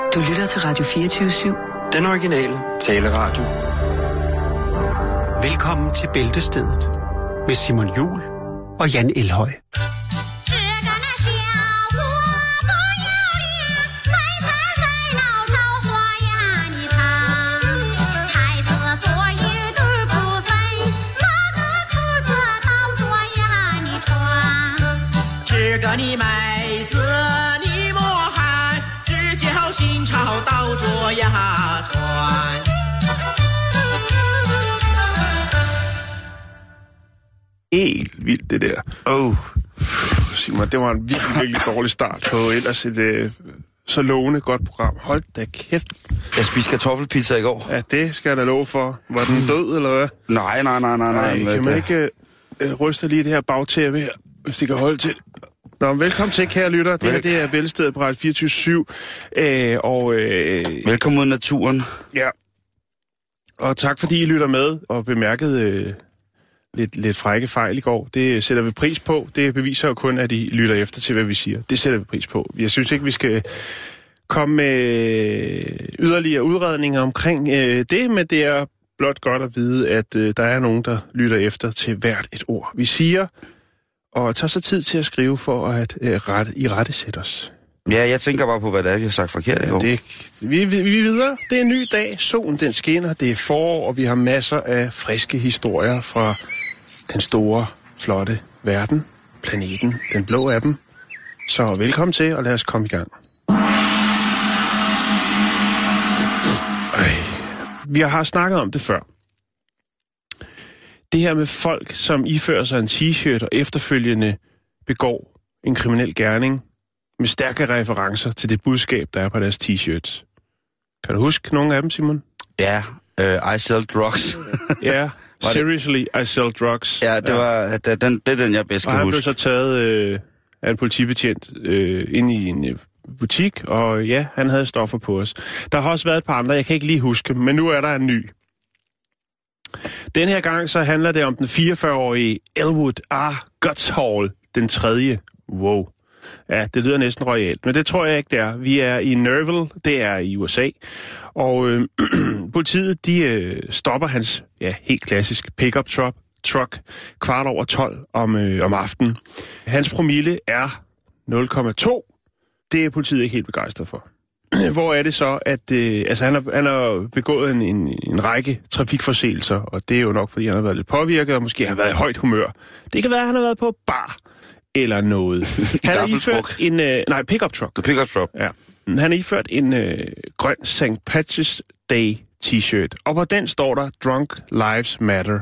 Du lytter til Radio 24/7. Den originale taleradio. Velkommen til Bæltestedet med Simon Juhl og Jan Elhøj. Helt vildt, det der. Simon, det var en virkelig dårlig start på ellers et så lovende godt program. Hold da kæft. Jeg spiste kartoffelpizza i går. Ja, det skal jeg da love for. Var den død, eller hvad? Nej. Kan man ikke ryste lige det her bagtæppe her, hvis det kan holde til? Nå, velkommen til, kære lytter. Det her, det er Bæltestedet på Radio 24/7. Velkommen ud i naturen. Ja. Og tak, fordi I lytter med og bemærkede lidt frække fejl i går. Det sætter vi pris på. Det beviser jo kun, at I lytter efter til, hvad vi siger. Det sætter vi pris på. Jeg synes ikke, vi skal komme med yderligere udredninger omkring det, men det er blot godt at vide, at der er nogen, der lytter efter til hvert et ord, vi siger, og tager så tid til at skrive for at irettesætte os. Ja, jeg tænker bare på, hvad det er, vi har sagt forkert i går. Vi er videre. Det er en ny dag. Solen, den skinner. Det er forår, og vi har masser af friske historier fra den store, flotte verden, planeten, den blå af dem. Så velkommen til, og lad os komme i gang. Vi har snakket om det før. Det her med folk, som ifører sig en t-shirt og efterfølgende begår en kriminel gerning med stærke referencer til det budskab, der er på deres t-shirts. Kan du huske nogle af dem, Simon? Ja, I sell drugs. Ja, seriously, I sell drugs. Ja, det er den, jeg bedst kan huske. Og han blev så taget af en politibetjent ind i en butik, og ja, han havde stoffer på os. Der har også været et par andre, jeg kan ikke lige huske, men nu er der en ny. Den her gang så handler det om den 44-årige Elwood R. Gottshall, den tredje. Wow. Ja, det lyder næsten royalt, men det tror jeg ikke, det er. Vi er i Nerville, det er i USA, og politiet, de stopper hans, helt klassisk pickup truck 12:15 om aftenen. Hans promille er 0,2. Det er politiet ikke helt begejstret for. Hvor er det så, at han har begået en række trafikforseelser, og det er jo nok, fordi han har været lidt påvirket, og måske har været i højt humør. Det kan være, at han har været på bar eller noget. Han har iført en pickup truck. Pickup truck. Ja. Han har iført en grøn St. Patrick's Day t-shirt, og på den står der Drunk Lives Matter.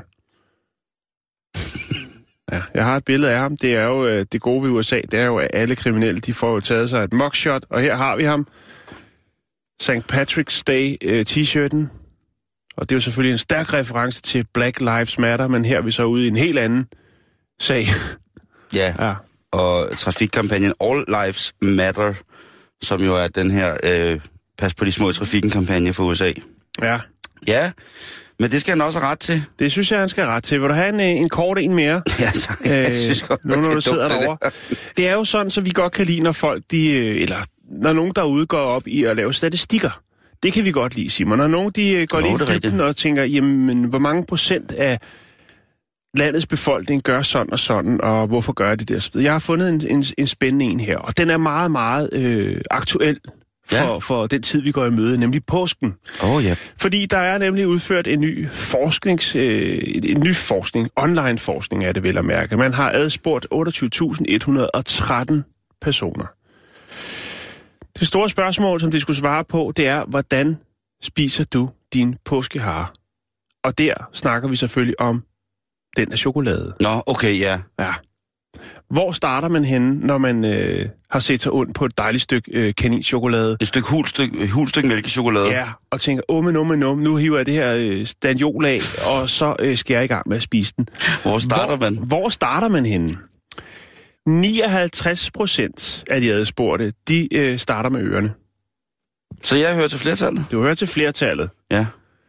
Ja, jeg har et billede af ham. Det er jo det gode ved USA, det er jo, at alle kriminelle, de får jo taget sig et mugshot, og her har vi ham. St. Patrick's Day t-shirten. Og det er jo selvfølgelig en stærk reference til Black Lives Matter, men her er vi så ude i en helt anden sag. Ja. Og trafikkampagnen All Lives Matter, som jo er den her pas på de små i trafikken-kampagne for USA. Ja. Ja, men det skal han også have ret til. Det synes jeg, han skal have ret til. Vil du have en kort en mere? Ja, tak. Jeg synes godt, nu, når du sidder derovre. Det er jo sådan, så vi godt kan lide, når folk, eller når nogen derude går op i at lave statistikker. Det kan vi godt lide, Simon. Når nogen de går lidt i dybden og tænker, jamen, hvor mange procent af landets befolkning gør sådan og sådan, og hvorfor gør de det? Jeg har fundet en spændende en her, og den er meget, meget aktuel for den tid, vi går i møde, nemlig påsken. Ja. Fordi der er nemlig udført en ny forskning, online forskning er det vel at mærke. Man har adspurgt 28.113 personer. Det store spørgsmål, som de skulle svare på, det er, hvordan spiser du din påskehare? Og der snakker vi selvfølgelig om den af chokolade. Nå, okay, ja. Hvor starter man henne, når man har set sig ondt på et dejligt stykke kaninchokolade? Et stykke hulstykke mælkechokolade. Ja, og tænker, nu hiver jeg det her standjol af, og så skal jeg i gang med at spise den. Hvor starter man henne? 59% af de adspurgte, de starter med ørerne. Så jeg hører til flertallet? Du hører til flertallet. Ja.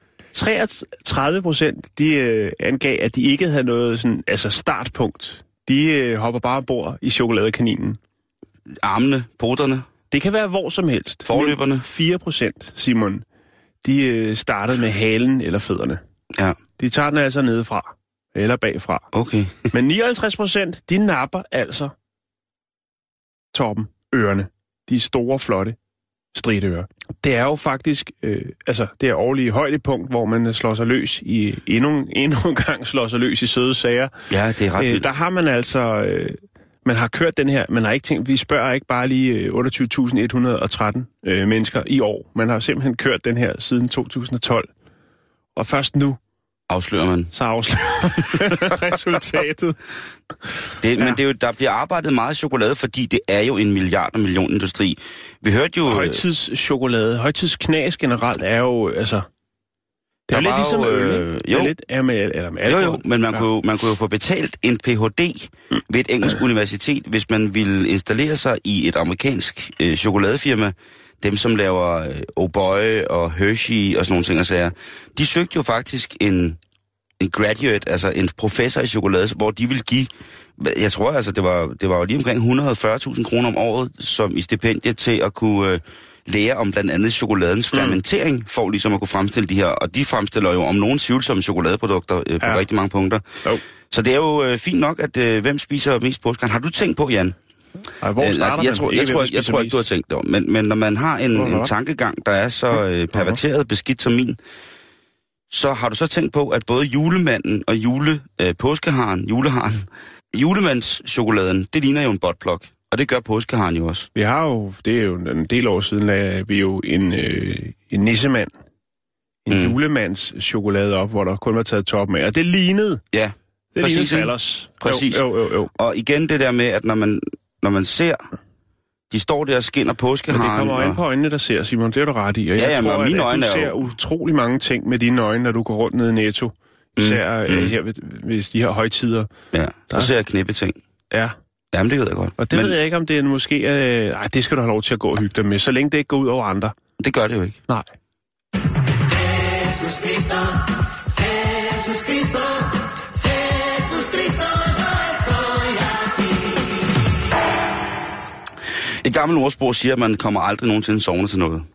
33% de angav, at de ikke havde noget sådan, startpunkt. De hopper bare ombord i chokoladekaninen. Armene, poterne? Det kan være hvor som helst. Forløberne? 4%, Simon, de startede med halen eller fødderne. Ja. De tager den altså nedefra, eller bagfra. Okay. Men 59%, de napper altså toppen, ørerne. De store, flotte stridører. Det er jo faktisk, det er årlige højdepunkt, hvor man slår sig løs i endnu en gang slår sig løs i søde sager. Ja, det er ret vildt. Der har man altså, man har kørt den her, man har ikke tænkt, vi spørger ikke bare lige 28.113 mennesker i år. Man har simpelthen kørt den her siden 2012. Og først nu, afslører man. Så afslører resultatet. Men det er jo, der bliver arbejdet meget i chokolade, fordi det er jo en millionindustri. Vi hørte jo... Højtidschokolade, højtidsknas generelt er jo, altså... Det er jo lidt ligesom øl, jo. Det er lidt med alkohol. Jo, men man kunne jo få betalt en Ph.D. ved et engelsk universitet, hvis man ville installere sig i et amerikansk chokoladefirma. Dem, som laver O'Boy og Hershey og sådan nogle ting og sager. De søgte jo faktisk en graduate, altså en professor i chokolade, hvor de ville give, jeg tror altså, det var jo lige omkring 140.000 kroner om året som i stipendie til at kunne lære om blandt andet chokoladens fermentering, for ligesom at kunne fremstille de her. Og de fremstiller jo om nogen tvivlsomme chokoladeprodukter på rigtig mange punkter. Jo. Så det er jo fint nok, at hvem spiser mest påskeegern. Har du tænkt på, Jan? Jeg tror ikke, du har tænkt det. Men når man har en tankegang, der er så perverteret beskidt som min, så har du så tænkt på, at både julemanden og julemandschokoladen, det ligner jo en buttplug. Og det gør påskeharen jo også. Vi har jo, det er jo en del år siden, at vi jo en nissemand, en julemands chokolade op, hvor der kun var taget toppen af. Og det lignede. Ja. Det lignede Fallers. Præcis. Jo. Og igen det der med, at når man ser, de står der og skinner påskeharen. Men det kommer ind på øjnene, der ser, Simon. Det er du ret i. Og jeg tror, at du ser utrolig mange ting med dine øjne, når du går rundt ned i Netto. Især her ved de her højtider. Ja, så ser jeg knippe ting. Ja. Jamen, det ved jeg godt. Og det ved jeg ikke, om det er måske... Nej, det skal du have lov til at gå og hygge dig med, så længe det ikke går ud over andre. Det gør det jo ikke. Nej. Jesus Cristo, Jesus Cristo, Jesus Cristo, et gammelt ordsprog siger, at man kommer aldrig nogensinde sovende til noget.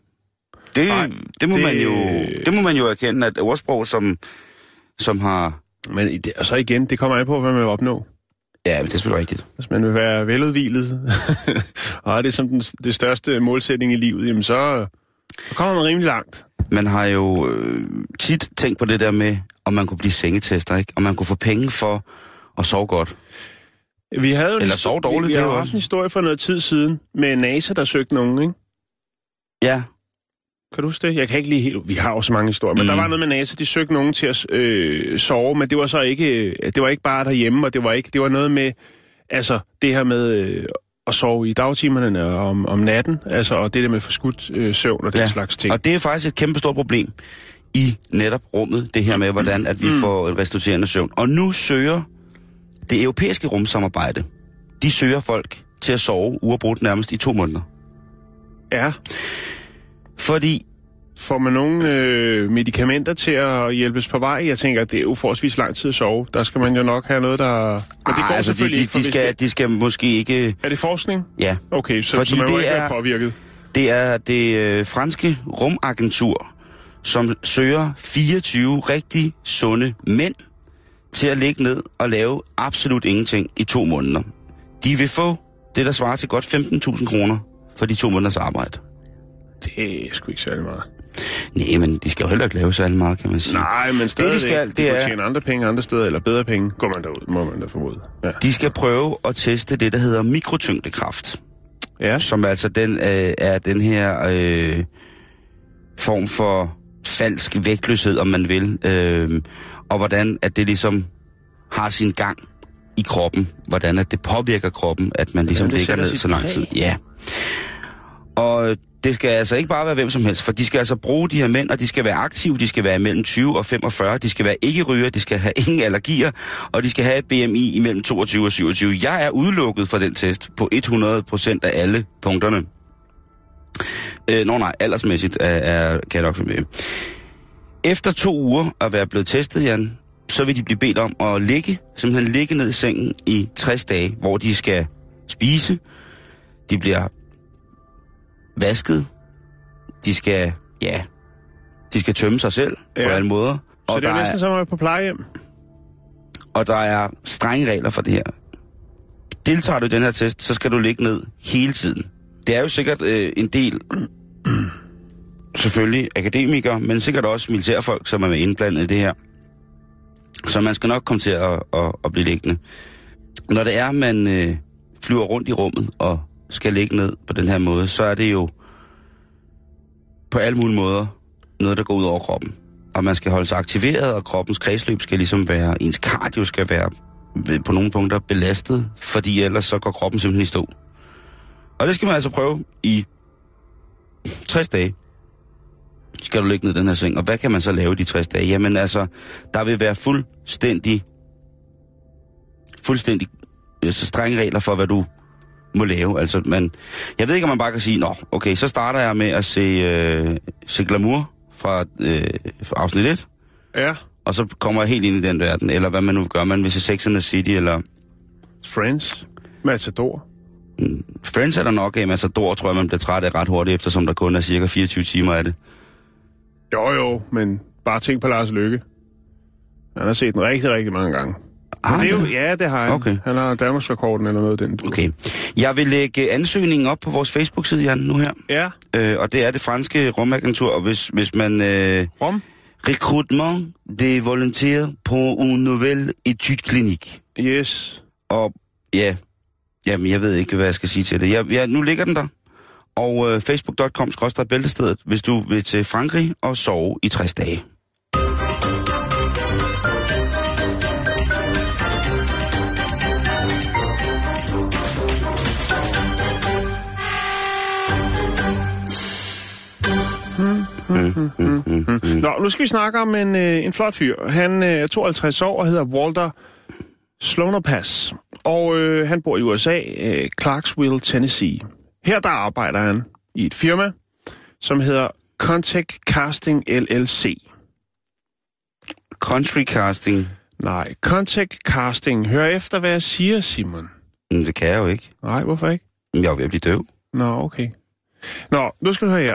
Det må man jo erkende, at ordsprog, som har... Men og så igen, det kommer an på, hvad man vil opnå. Ja, men det er selvfølgelig rigtigt. Hvis man vil være veludhvilet, og det er som det største målsætning i livet, jamen så kommer man rimelig langt. Man har jo tit tænkt på det der med, om man kunne blive sengetester, ikke? Om man kunne få penge for at sove godt. Vi havde jo eller sove dårligt. Vi har jo haft en historie for noget tid siden med NASA, der søgte nogen, ikke? Ja. Kan du huske det? Jeg kan ikke lige helt... Vi har jo så mange historier, men der var noget med NASA, de søgte nogen til at sove, men det var så ikke... Det var ikke bare derhjemme, og det var noget med... Altså, det her med at sove i dagtimerne om natten, altså, og det der med forskudt søvn og den slags ting. Og det er faktisk et kæmpestort problem i netop rummet, det her med, hvordan at vi får en restituerende søvn. Og nu søger det europæiske rumsamarbejde, de søger folk til at sove uafbrudt nærmest i 2 måneder. Ja. Fordi... Får man nogle medicamenter til at hjælpes på vej? Jeg tænker, at det er jo forholdsvis lang tid at sove. Der skal man jo nok have noget, der... Men det går altså de skal måske ikke... Er det forskning? Ja. Okay, så man må ikke være påvirket. Det er det franske rumagentur, som søger 24 rigtig sunde mænd til at ligge ned og lave absolut ingenting i 2 måneder. De vil få det, der svarer til godt 15.000 kroner for de 2 måneders arbejde. Det er sgu ikke særlig meget. Nej, men de skal jo heller ikke lave særlig meget, kan man sige. Nej, men stadig det, de skal, det er... tjene andre penge andre steder, eller bedre penge, går man derud, må man da formode. Ja. De skal prøve at teste det, der hedder mikrotyngdekraft. Ja. Som altså er den her form for falsk vægtløshed, om man vil. Og hvordan at det ligesom har sin gang i kroppen. Hvordan at det påvirker kroppen, at man ligesom ligger ned så lang tid. Ja. Og det skal altså ikke bare være hvem som helst, for de skal altså bruge de her mænd, og de skal være aktive, de skal være mellem 20 og 45, de skal være ikke-ryger, de skal have ingen allergier, og de skal have et BMI imellem 22 og 27. Jeg er udelukket fra den test på 100% af alle punkterne. Aldersmæssigt kan jeg nok med. Efter 2 uger at være blevet testet, Jan, så vil de blive bedt om at simpelthen ligge ned i sengen i 60 dage, hvor de skal spise. De bliver vasket. De skal tømme sig selv på alle måder. Så og det er næsten som at være på plejehjem. Og der er strenge regler for det her. Deltager du i den her test, så skal du ligge ned hele tiden. Det er jo sikkert en del, selvfølgelig akademikere, men sikkert også militærfolk, som er indblandet i det her. Så man skal nok komme til at blive liggende. Når det er, man flyver rundt i rummet og skal ligge ned på den her måde, så er det jo på alle mulige måder noget, der går ud over kroppen. Og man skal holde sig aktiveret, og kroppens kredsløb skal ligesom være, ens cardio skal være på nogle punkter belastet, fordi ellers så går kroppen simpelthen i stå. Og det skal man altså prøve i 60 dage. Skal du ligge ned i den her seng. Og hvad kan man så lave i de 60 dage? Jamen altså, der vil være fuldstændig så strenge regler for, hvad du må lave. Altså, jeg ved ikke, om man bare kan sige, nå, okay, så starter jeg med at se Glamour fra afsnit 1. Ja. Og så kommer jeg helt ind i den verden, eller hvad man nu gør. Man vil se Sex and the City, eller... Friends. Matador. Friends er der nok af. Matador tror jeg, man bliver træt af ret hurtigt, eftersom der kun er cirka 24 timer af det. Jo, men bare tænk på Lars Løkke. Han har set den rigtig, rigtig mange gange. Det er jo, ja, det har han. Okay. Han har Danmarksrekorden eller noget den. Okay. Jeg vil lægge ansøgningen op på vores Facebook-side, Jan, nu her. Ja. Og det er det franske rumagentur, og hvis man... Rom? Recrutement des volontaires pour une nouvelle étude clinique. Yes. Og ja, jamen jeg ved ikke, hvad jeg skal sige til det. Nu ligger den der. Og facebook.com/bæltestedet, hvis du vil til Frankrig og sove i 60 dage. Nå, nu skal vi snakke om en flot fyr. Han er 52 år og hedder Walter Slonopass. Og han bor i USA, Clarksville, Tennessee. Her der arbejder han i et firma, som hedder Contech Casting LLC. Country Casting? Nej, Contech Casting. Hør efter, hvad jeg siger, Simon. Det kan jeg jo ikke. Nej, hvorfor ikke? Jeg er ved at blive døv. Nå, okay. Nå, nu skal du høre her.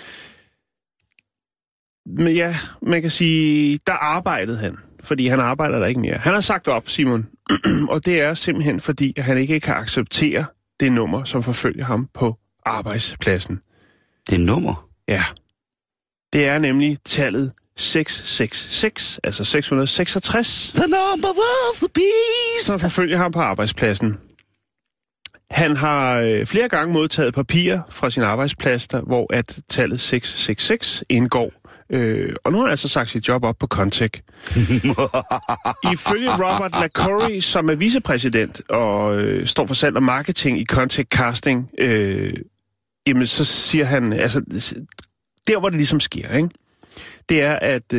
Men ja, man kan sige, der arbejdede han, fordi han arbejder der ikke mere. Han har sagt op, Simon, og det er simpelthen fordi, at han ikke kan acceptere det nummer, som forfølger ham på arbejdspladsen. Det nummer? Ja. Det er nemlig tallet 666, altså 666. The number of the beast! Som forfølger ham på arbejdspladsen. Han har flere gange modtaget papirer fra sin arbejdsplads, hvor at tallet 666 indgår. Og nu har han altså sagt sit job op på Contech. Ifølge Robert LaCourie, som er vicepræsident og står for salg og marketing i Contech Casting, jamen så siger han, altså der hvor det ligesom sker, ikke? Det er at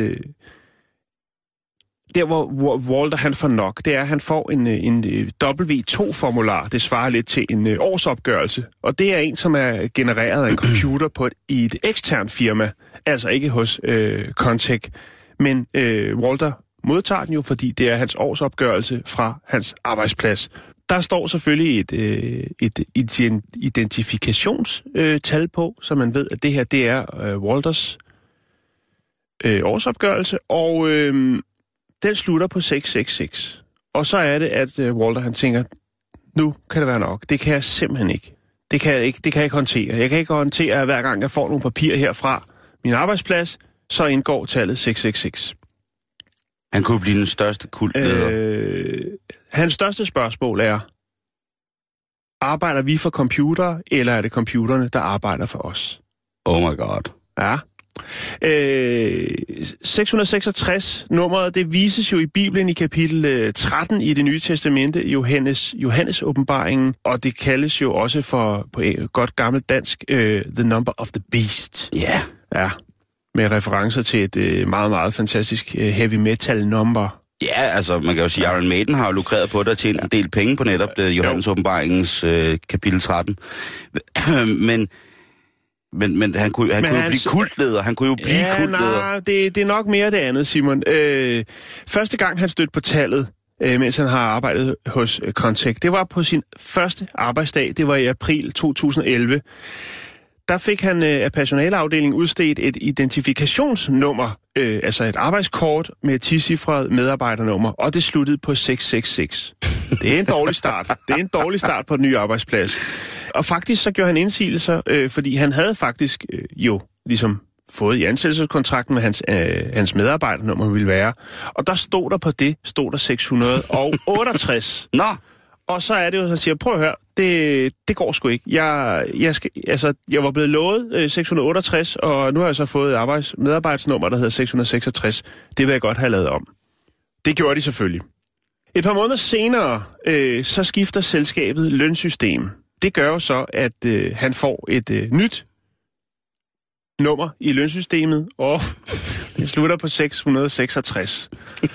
der hvor Walter han får nok, det er at han får en W2-formular. Det svarer lidt til en årsopgørelse. Og det er en, som er genereret af en computer i et eksternt firma. Altså ikke hos Contech. Men Walter modtager den jo, fordi det er hans årsopgørelse fra hans arbejdsplads. Der står selvfølgelig et identifikationstal på, så man ved, at det her det er Walters årsopgørelse. Og den slutter på 666. Og så er det, at Walter han tænker, nu kan det være nok. Det kan jeg simpelthen ikke. Det kan jeg ikke håndtere. Jeg kan ikke håndtere, at hver gang jeg får nogle papirer herfra min arbejdsplads, så indgår tallet 666. Han kunne blive den største kultleder. Hans største spørgsmål er, arbejder vi for computere, eller er det computerne, der arbejder for os? Oh my god. Ja. 666 nummeret, det vises jo i Bibelen i kapitel 13 i Det Nye Testamente, Johannes åbenbaringen, og det kaldes jo også for på godt gammelt dansk The Number of the Beast. Ja. Yeah. Ja, med referencer til et meget, meget fantastisk heavy metal nummer. Ja, altså man kan jo sige, Iron Maiden har jo lukreret på det og tjent en del penge på netop Johannes åbenbaringens kapitel 13. Men han kunne jo blive kultleder. Han kunne jo blive kultleder. Nej, det er nok mere det andet, Simon. Første gang han stødte på tallet, mens han har arbejdet hos Contech, det var på sin første arbejdsdag. Det var i april 2011. der fik han af personaleafdelingen udstedt et identifikationsnummer, altså et arbejdskort med et 10-cifret medarbejdernummer, og det sluttede på 666. Det er en dårlig start. Det er en dårlig start på den nye arbejdsplads. Og faktisk så gjorde han indsigelser, fordi han havde faktisk jo ligesom fået i ansættelseskontrakten, med hans medarbejdernummer ville være. Og der stod der 668. Nå! Og så er det jo, han siger, prøv at høre, det går sgu ikke. Jeg var blevet lovet 668, og nu har jeg så fået et medarbejdsnummer, der hedder 666. Det vil jeg godt have lavet om. Det gjorde de selvfølgelig. Et par måneder senere, så skifter selskabet lønsystem. Det gør jo så, at han får et nyt nummer i lønsystemet, og det slutter på 666.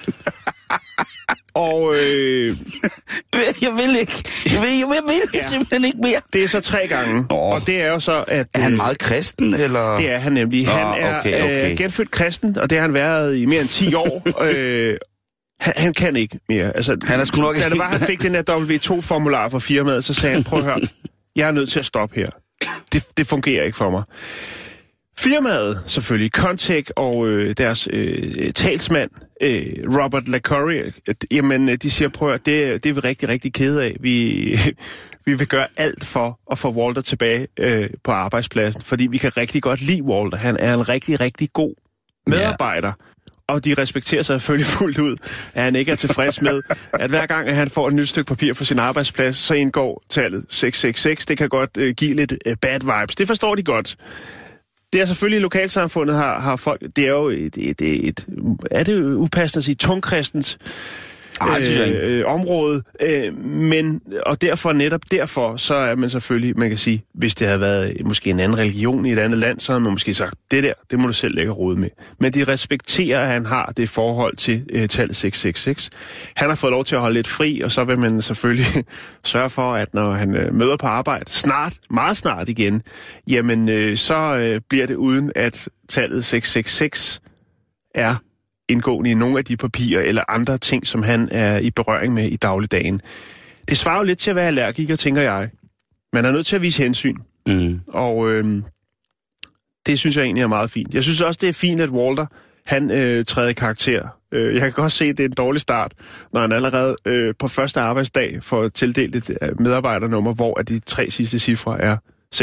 Og jeg vil ikke. Jeg vil simpelthen ikke mere. Det er så 3 gange. Og det er jo så, at... Er han meget kristen, eller? Det er han nemlig. Han er genfødt kristen, og det har han været i mere end 10 år. Han kan ikke mere. Altså, han er sgu nok da det var, han fik den der W2-formular fra firmaet, så sagde han, prøv at høre, jeg er nødt til at stoppe her. Det fungerer ikke for mig. Firmaet, selvfølgelig, Contech og deres talsmand, Robert LaCorie, jamen, de siger, prøv at det er vi rigtig, rigtig kede af. Vi vil gøre alt for at få Walter tilbage på arbejdspladsen, fordi vi kan rigtig godt lide Walter. Han er en rigtig, rigtig god medarbejder. Ja. Og de respekterer sig selvfølgelig fuldt ud, at han ikke er tilfreds med, at hver gang at han får et nyt stykke papir for sin arbejdsplads, så indgår tallet 666. Det kan godt give lidt bad vibes. Det forstår de godt. Det er selvfølgelig lokalsamfundet har folk, det er jo er det upassende at sige tungkristens område, men og netop derfor, så er man selvfølgelig, man kan sige, hvis det havde været måske en anden religion i et andet land, så har man måske sagt, det må du selv lægge råd med. Men de respekterer, at han har det forhold til tallet 666. Han har fået lov til at holde lidt fri, og så vil man selvfølgelig sørge for, at når han møder på arbejde, meget snart igen, jamen så bliver det uden, at tallet 666 er indgående i nogle af de papirer eller andre ting, som han er i berøring med i dagligdagen. Det svarer jo lidt til at være allergiker, tænker jeg. Man er nødt til at vise hensyn. Og det synes jeg egentlig er meget fint. Jeg synes også, det er fint, at Walter, han træder i karakter. Jeg kan godt se, at det er en dårlig start, når han allerede på første arbejdsdag får tildelt et medarbejdernummer, hvor de 3 sidste cifre er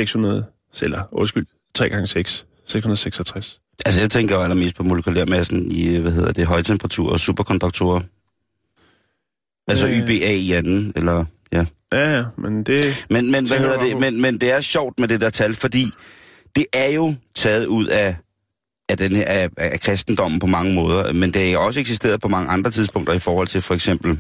3 gange 6, 666. Altså, jeg tænker jo allermest på molekylærmassen i, højtemperatur og superkonduktorer. Altså YBA i anden, eller, ja. Ja, men det... Men det er sjovt med det der tal, fordi det er jo taget ud af kristendommen på mange måder, men det er også eksisteret på mange andre tidspunkter i forhold til for eksempel...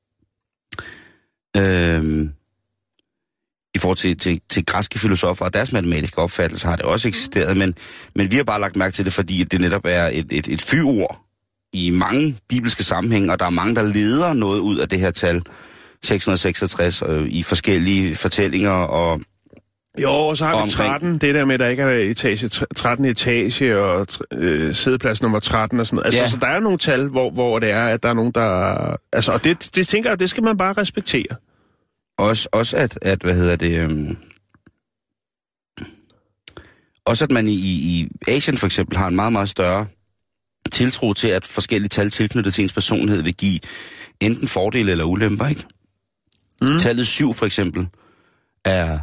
I forhold til græske filosofer og deres matematiske opfattelse har det også eksisteret, men vi har bare lagt mærke til det, fordi det netop er et fyord i mange bibelske sammenhænge, og der er mange, der leder noget ud af det her tal, 666, i forskellige fortællinger og... Jo, og så har vi 13, det der med, at der ikke er 13 etage og sædeplads nummer 13 og sådan noget. Altså, ja. Så der er nogle tal, hvor det er, at der er nogen, der... Altså, og det tænker jeg, det skal man bare respektere. Også at man i Asien for eksempel har en meget, meget større tiltro til, at forskellige tal tilknyttet til ens personlighed vil give enten fordele eller ulemper, ikke? Tallet 7 for eksempel er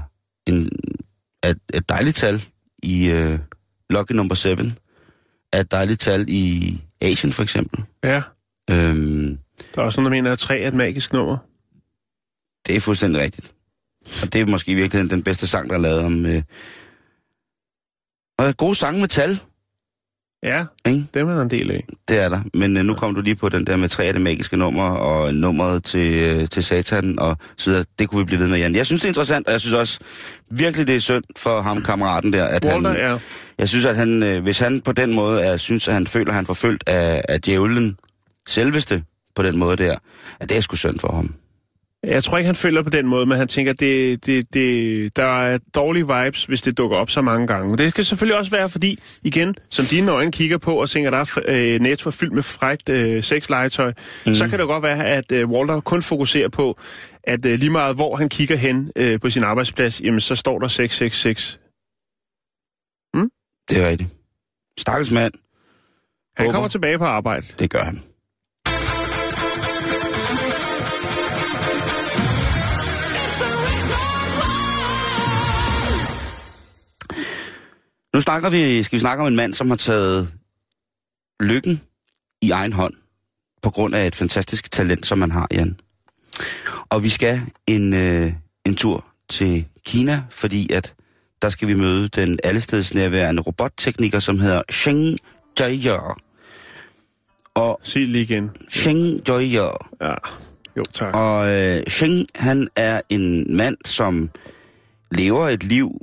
et dejligt tal i lucky number 7, er et dejligt tal i Asien for eksempel. Ja. Der er også nogen, der mener, at 3 er et magisk nummer. Det er fuldstændig rigtigt. Og det er måske virkelig den bedste sang, der er lavet om... Og gode sange med tal. Ja, det er man en del af. Det er der. Men nu kom du lige på den der med 3 af det magiske nummer, og nummeret til Satan, og så videre. Det kunne vi blive ved med, Jan. Jeg synes, det er interessant, og jeg synes også virkelig, det er synd for ham, kammeraten der. At Walter, ja. Jeg synes, at han, hvis han på den måde synes, at han føler, at han er forfølgt af djævlen selveste på den måde der, at det er sgu synd for ham. Jeg tror ikke, han føler på den måde, men han tænker, der er dårlige vibes, hvis det dukker op så mange gange. Det kan selvfølgelig også være, fordi, igen, som dine øjne kigger på og tænker, der er Netto fyldt med frækt sexlegetøj, så kan det godt være, at Walter kun fokuserer på, at lige meget hvor han kigger hen på sin arbejdsplads, jamen så står der 666 Det er rigtigt. Stakkels mand. Han kommer tilbage på arbejde. Det gør han. Nu skal vi snakke om en mand, som har taget lykken i egen hånd, på grund af et fantastisk talent, som man har, Jan. Og vi skal en tur til Kina, fordi at der skal vi møde den allestedsnærværende robottekniker, som hedder Zheng Jiaoye. Og sig lige igen. Zheng Jiaoye. Ja, jo tak. Og Zheng, han er en mand, som lever et liv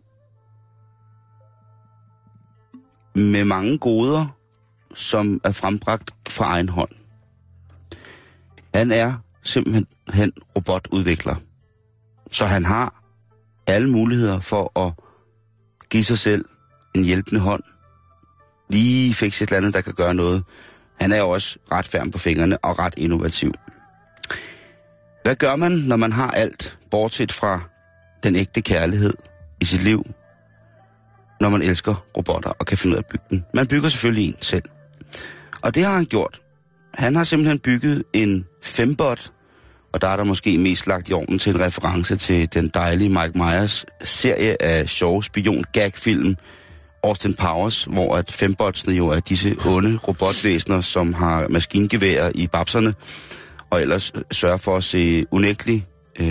med mange goder, som er frembragt fra egen hånd. Han er simpelthen robotudvikler. Så han har alle muligheder for at give sig selv en hjælpende hånd. Lige fikse et eller andet, der kan gøre noget. Han er jo også ret færm på fingrene og ret innovativ. Hvad gør man, når man har alt, bortset fra den ægte kærlighed i sit liv, når man elsker robotter og kan finde ud af at bygge den? Man bygger selvfølgelig en selv. Og det har han gjort. Han har simpelthen bygget en fembot, og der er der måske mest lagt i ovnen til en reference til den dejlige Mike Myers serie af sjove spion-gag-film Austin Powers, hvor at fembotsene jo er disse onde robotvæsener, som har maskingeværer i babserne, og ellers sørger for at se unægteligt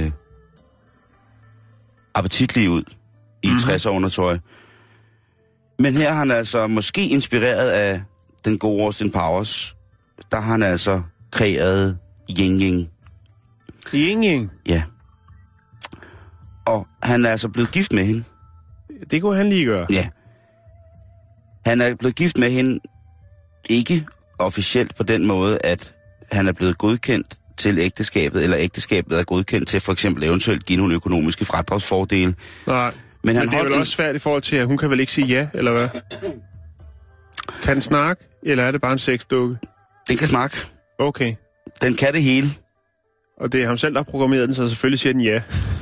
appetitlig ud i 60'er undertøj. Men her har han altså måske inspireret af den gode Austin Powers. Der har han altså kreeret Ying-Ying. Ying-Ying? Ja. Og han er altså blevet gift med hende. Det kunne han lige gøre. Ja. Han er blevet gift med hende ikke officielt på den måde, at han er blevet godkendt til ægteskabet, eller ægteskabet er godkendt til for eksempel eventuelt give nogle økonomiske fradragsfordele. Nej, men det er vel også svært i forhold til, at hun kan vel ikke sige ja, eller hvad? Kan den snakke, eller er det bare en sexdukke? Den kan snakke. Okay. Den kan det hele. Og det er ham selv, der har programmeret den, så selvfølgelig siger den ja.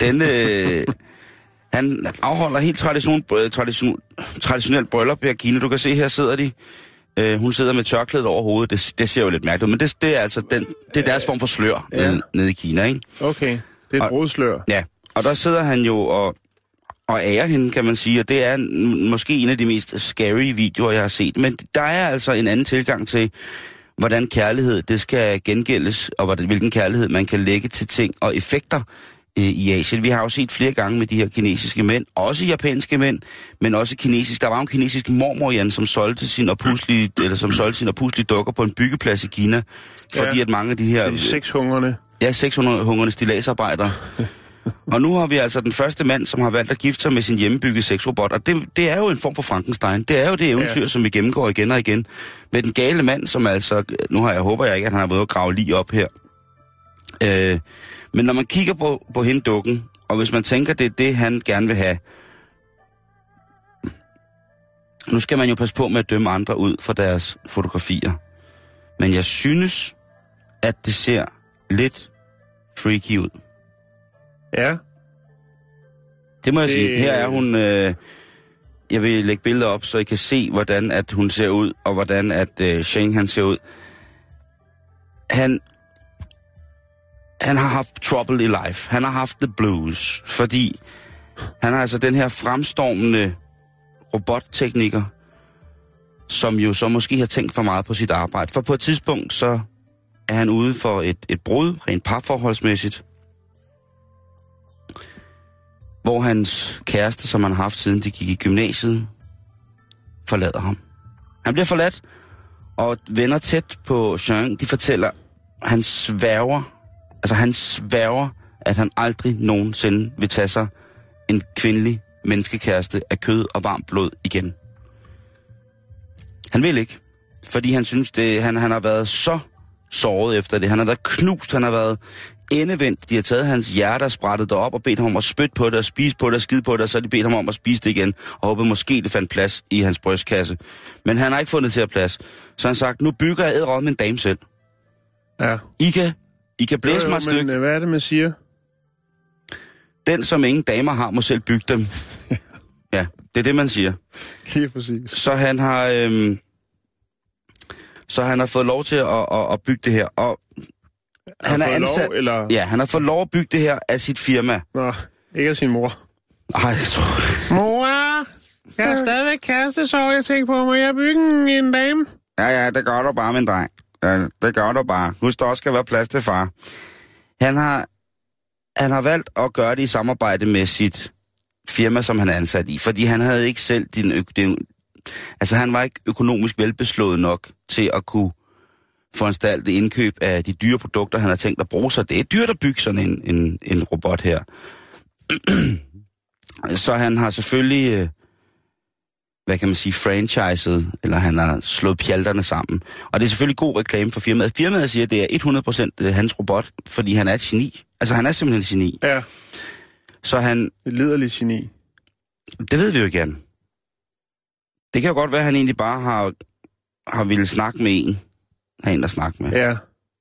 Han afholder helt traditionelt bryllup her i Kina. Du kan se, her sidder de. Hun sidder med tørklædet over hovedet. Det ser jo lidt mærkeligt ud, men det er altså det er deres form for slør nede i Kina, ikke? Okay, det er et brudslør. Ja, og der sidder han jo og ærer hende, kan man sige, og det er måske en af de mest scary videoer, jeg har set. Men der er altså en anden tilgang til, hvordan kærlighed det skal gengældes, og hvilken kærlighed man kan lægge til ting og effekter i Asien. Vi har jo set flere gange med de her kinesiske mænd, også japanske mænd, men også kinesiske. Der var en kinesisk mormor, Jan, som solgte sin opuslige dukker på en byggeplads i Kina, fordi at mange af de her... 600. Ja, 600 stilladsarbejdere. Og nu har vi altså den første mand, som har valgt at gifte sig med sin hjemmebyggede sexrobot. Og det er jo en form for Frankenstein. Det er jo det eventyr, som vi gennemgår igen og igen. Med den gale mand, som altså... Nu håber jeg ikke, at han har været at grave lige op her. Men når man kigger på hende dukken, og hvis man tænker, det er det, han gerne vil have... Nu skal man jo passe på med at dømme andre ud fra deres fotografier. Men jeg synes, at det ser lidt freaky ud. Ja. Det må jeg sige. Her er hun... jeg vil lægge billeder op, så I kan se, hvordan at hun ser ud, og hvordan at Zheng han ser ud. Han har haft trouble i life. Han har haft the blues, fordi han har altså den her fremstormende robottekniker, som jo så måske har tænkt for meget på sit arbejde. For på et tidspunkt, så er han ude for et brud, rent parforholdsmæssigt, hvor hans kæreste, som han har haft siden de gik i gymnasiet, forlader ham. Han bliver forladt, og venner tæt på Zheng, de fortæller, han sværger, at han aldrig nogensinde vil tage sig en kvindelig menneskekæreste af kød og varmt blod igen. Han vil ikke, fordi han synes, han har været så såret efter det. Han har været knust, han har været endevendt. De har taget hans hjerte og sprættet det op og bedt ham om at spytte på det og spise på det og skide på det, og så har de bedt ham om at spise det igen, og håbede måske, det fandt plads i hans brystkasse. Men han har ikke fundet til at plads. Så han har sagt, nu bygger jeg ædret med en dame selv. Ja. I kan blæse mig et stykke. Men hvad er det, man siger? Den, som ingen damer har, må selv bygge dem. Ja. Det er det, man siger. Lige præcis. Så han har fået lov til at bygge det her, og han er ansat... Lov, eller? Ja, han har fået lov at bygge det her af sit firma. Nå, ikke af sin mor. Ej, jeg tror... Mor, jeg er stadigvæk kæreste, så jeg tænker på, må jeg bygge en dame? Ja, det gør du bare, min dreng. Ja, det gør du bare. Husk, der også skal være plads til far. Han har valgt at gøre det i samarbejde med sit firma, som han er ansat i, fordi han havde ikke selv han var ikke økonomisk velbeslået nok til at kunne foranstalte indkøb af de dyre produkter, han har tænkt at bruge sig. Det er dyrt at bygge sådan en robot her. Så han har selvfølgelig, hvad kan man sige, franchiset, eller han har slået pjalterne sammen. Og det er selvfølgelig god reklame for firmaet. Firmaet siger, at det er 100% hans robot, fordi han er et geni. Altså, han er simpelthen et geni. Ja. Så han... Et liderligt geni. Det ved vi jo ikke, det kan jo godt være, at han egentlig bare har ville snakke med en. Have en at snakke med. Ja.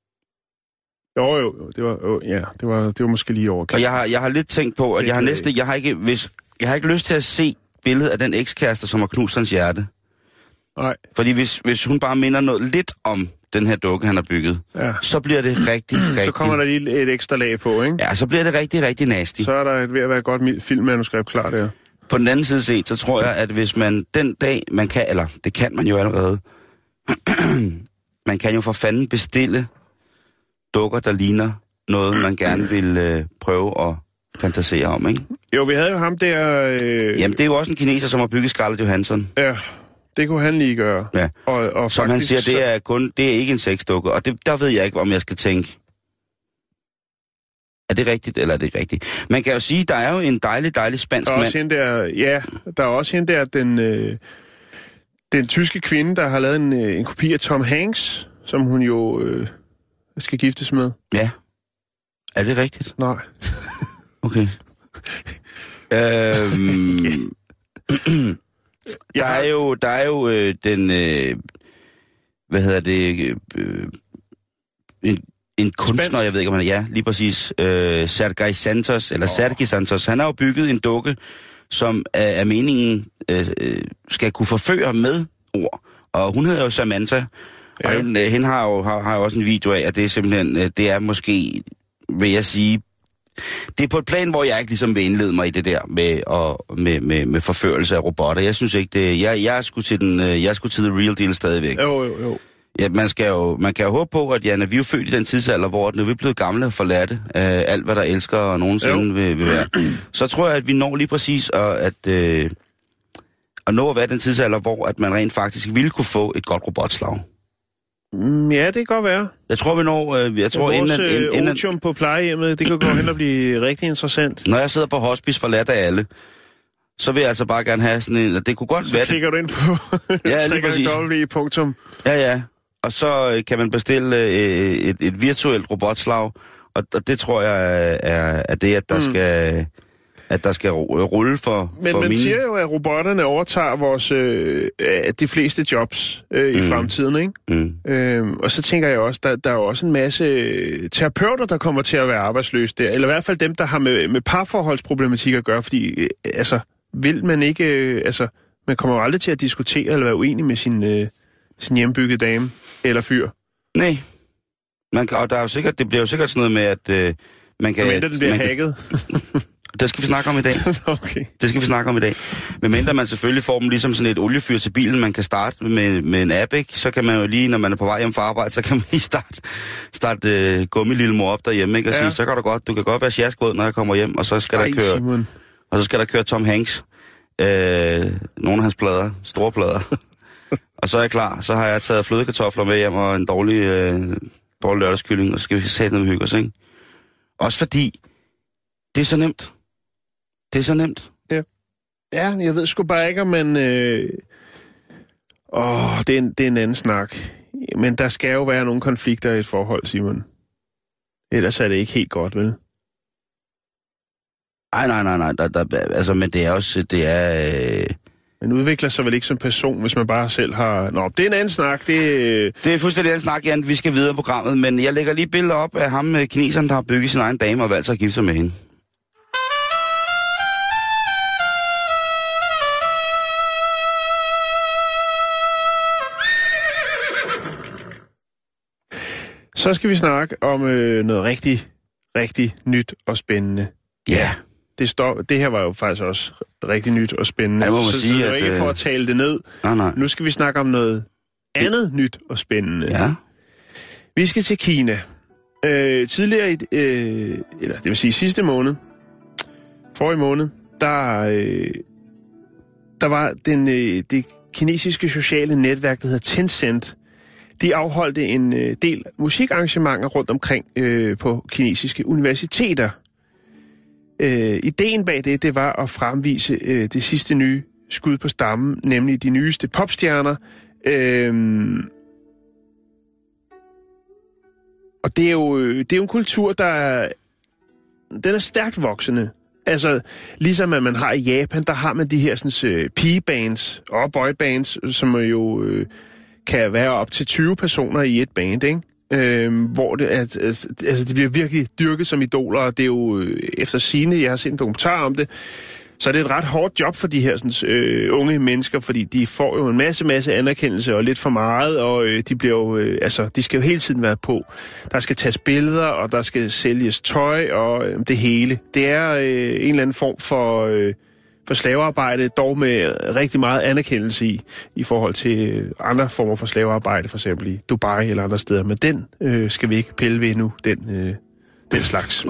Jo, det var måske lige over. Og jeg har lidt tænkt på, at jeg har ikke lyst til at se billedet af den ekskæreste, som har knust hans hjerte. Nej. Fordi hvis hun bare minder noget lidt om den her dukke, han har bygget, så bliver det rigtig... Så kommer der lige et ekstra lag på, ikke? Ja, så bliver det rigtig, rigtig nasty. Så er der ved at være et godt filmmanuskript klar der. På den anden side set, så tror jeg, at hvis man den dag, man kan, eller det kan man jo allerede, man kan jo for fanden bestille dukker, der ligner noget, man gerne vil prøve at fantasere om, ikke? Jo, vi havde jo ham der... Jamen, det er jo også en kineser, som har bygget Scarlett Johansson. Ja, det kunne han lige gøre. Ja. Og som faktisk, han siger, det er ikke en sexdukke, og der ved jeg ikke, om jeg skal tænke... Er det rigtigt, eller er det ikke rigtigt? Man kan jo sige, der er jo en dejlig spansk mand. Der er også hende der, den tyske kvinde, der har lavet en kopi af Tom Hanks, som hun jo skal giftes med. Ja. Er det rigtigt? Nej. Okay. Der er jo den... hvad hedder det... En kunstner, jeg ved ikke, om han er... Ja, lige præcis. Sergei Santos, eller Sergei Santos. Han har jo bygget en dukke, som er meningen skal kunne forføre med ord. Og hun hedder jo Samantha. Ja. Og hende har jo også en video af, at det er simpelthen... det er måske, vil jeg sige... Det er på et plan, hvor jeg ikke ligesom vil indlede mig i det der med forførelse af robotter. Jeg synes ikke det... Jeg skulle til the real deal stadigvæk. Jo. Ja, man kan jo håbe på, at vi er jo født i den tidsalder, hvor nu er vi blevet gamle og forladte af alt, hvad der elsker og nogensinde vil være. Så tror jeg, at vi når lige præcis at nå at være den tidsalder, hvor at man rent faktisk ville kunne få et godt robotslag. Ja, det kan godt være. Jeg tror, vi når... Vores otium på plejehjemmet, det kan gå hen og blive rigtig interessant. Når jeg sidder på hospice forladt af alle, så vil jeg altså bare gerne have sådan en... Det kunne godt være... Så klikker du ind på... Ja, lige præcis. .punktum. Ja. Og så kan man bestille et virtuelt robotslag, og det tror jeg er det, at der skal rulle for Men man mine... siger jo, at robotterne overtager vores de fleste jobs i fremtiden, ikke? Og så tænker jeg også, der er jo også en masse terapeuter, der kommer til at være arbejdsløse der, eller i hvert fald dem, der har med parforholdsproblematik at gøre, fordi vil man ikke... man kommer jo aldrig til at diskutere eller være uenig med sin hjembyggede dame eller fyr. Nej. Og der er jo sikkert, det bliver jo sikkert sådan noget med, at man kan... Medmindre den bliver hacket. Det skal vi snakke om i dag. Okay. Det skal vi snakke om i dag. Medmindre man selvfølgelig får dem ligesom sådan et oliefyr til bilen, man kan starte med en app, ikke? Så kan man jo lige, når man er på vej hjem fra arbejde, så kan man lige starte gummilillemor op derhjemme, ikke? Og sige, så kan du kan godt være sjaskvåd, når jeg kommer hjem, og så skal der køre Tom Hanks. Nogle af hans plader, store plader. Og så er jeg klar. Så har jeg taget flødekartofler med hjem og en dårlig lørdagskylling, og så skal vi sætte noget hygge os, ikke? Også fordi, det er så nemt. Det er så nemt. Ja, jeg ved sgu bare ikke, om man... det er en anden snak. Men der skal jo være nogle konflikter i et forhold, Simon. Ellers er det ikke helt godt, vel? Nej. Men det er også... Man udvikler sig vel ikke som person, hvis man bare selv har... Nå, det er en anden snak, Det er fuldstændig en anden snak, Jan. Vi skal videre på programmet, men jeg lægger lige billeder op af ham, kineseren, der har bygget sin egen dame og valgt sig at gifte sig med hende. Så skal vi snakke om noget rigtig, rigtig nyt og spændende. Ja. Det her var jo faktisk også rigtig nyt og spændende. Ja, så det er ikke for at tale det ned. Nej. Nu skal vi snakke om noget andet nyt og spændende. Ja. Vi skal til Kina. Tidligere, eller det vil sige sidste måned, forrige måned, der var det kinesiske sociale netværk, der hedder Tencent. De afholdte en del musikarrangementer rundt omkring på kinesiske universiteter. Ideen bag det var at fremvise det sidste nye skud på stammen, nemlig de nyeste popstjerner. Og det er jo en kultur, den er stærkt voksende. Altså, ligesom at man har i Japan, der har man de her sådan, pigebands og boybands, som jo kan være op til 20 personer i et band, ikke? Hvor det bliver virkelig dyrket som idoler, og det er jo efter sigende, jeg har set en dokumentar om det, så er det et ret hårdt job for de her sådan, unge mennesker, fordi de får jo en masse anerkendelse og lidt for meget, og de bliver jo, de skal jo hele tiden være på. Der skal tages billeder, og der skal sælges tøj, og det hele. Det er en eller anden form for slavearbejde, dog med rigtig meget anerkendelse i forhold til andre former for slavearbejde, for eksempel i Dubai eller andre steder. Men den skal vi ikke pille ved nu, den slags.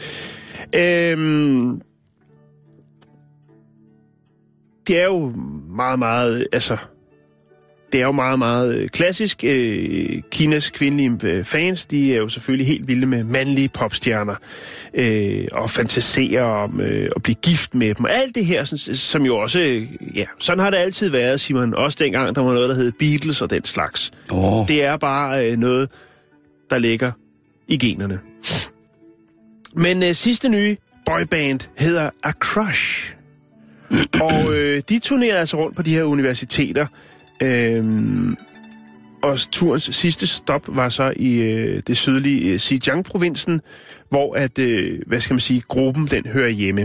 Det er jo meget, det er jo meget klassisk. Kinas kvindelige fans, de er jo selvfølgelig helt vilde med mandlige popstjerner, og fantaserer om at blive gift med dem. Alt det her, som jo også, sådan har det altid været, Simon. Også dengang, der var noget, der hed Beatles og den slags. Det er bare noget, der ligger i generne. Men sidste nye boyband hedder A Crush. Og de turnerer altså rundt på de her universiteter. Og turens sidste stop var så i det sydlige Xinjiang-provinsen, hvor gruppen den hører hjemme.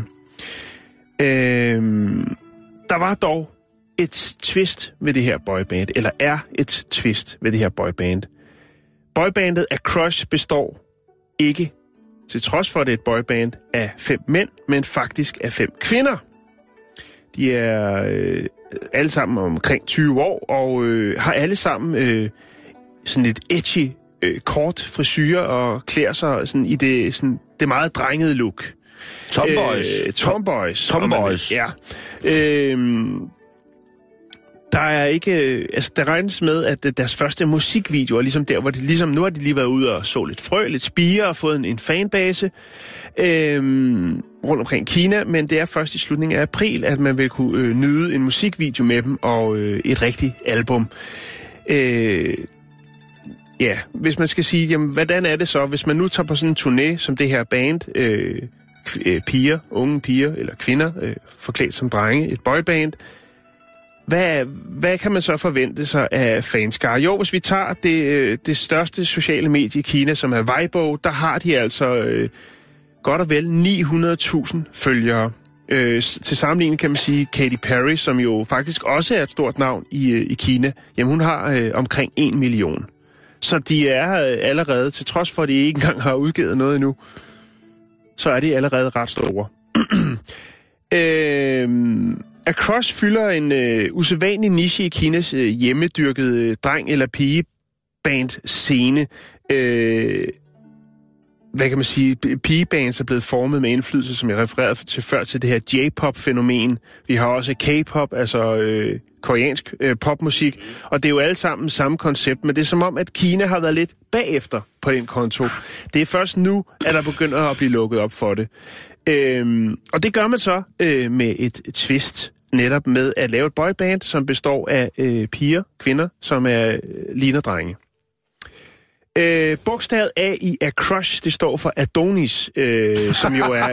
Der var dog et twist ved det her boyband, eller er et twist ved det her boyband. Boybandet af Crush består ikke, til trods for at det er et boyband, af 5 mænd, men faktisk af 5 kvinder. De er alle sammen omkring 20 år, og har alle sammen sådan et edgy, kort frisyre, og klæder sig sådan i det meget drengede look. Tomboys. Ja. Der er ikke, der regnes med, at deres første musikvideo er ligesom der, hvor de nu har de lige været ude og så lidt frø, lidt spirer og fået en fanbase rundt omkring Kina, men det er først i slutningen af april, at man vil kunne nyde en musikvideo med dem og et rigtigt album. Hvis man skal sige, jamen, hvordan er det så, hvis man nu tager på sådan en turné, som det her band, unge piger eller kvinder, forklædt som drenge, et boyband, hvad kan man så forvente sig af fanskare? Jo, hvis vi tager det største sociale medie i Kina, som er Weibo, der har de altså godt og vel 900.000 følgere. Til sammenligning kan man sige, Katy Perry, som jo faktisk også er et stort navn i Kina, jamen hun har omkring 1 million. Så de er allerede, til trods for at de ikke engang har udgivet noget endnu, så er de allerede ret store. A Crush fylder en usædvanlig niche i Kinas hjemmedyrkede dreng- eller pigeband-scene. Hvad kan man sige? Pigebands er blevet formet med indflydelse, som jeg refererede til før, til det her J-pop-fænomen. Vi har også K-pop, altså koreansk popmusik, og det er jo alle sammen samme koncept, men det er som om, at Kina har været lidt bagefter på den konto. Det er først nu, at der begynder at blive lukket op for det. Og det gør man så med et twist, netop med at lave et boyband, som består af kvinder, som ligner drenge. Bogstavet A i A Crush, det står for Adonis, som jo er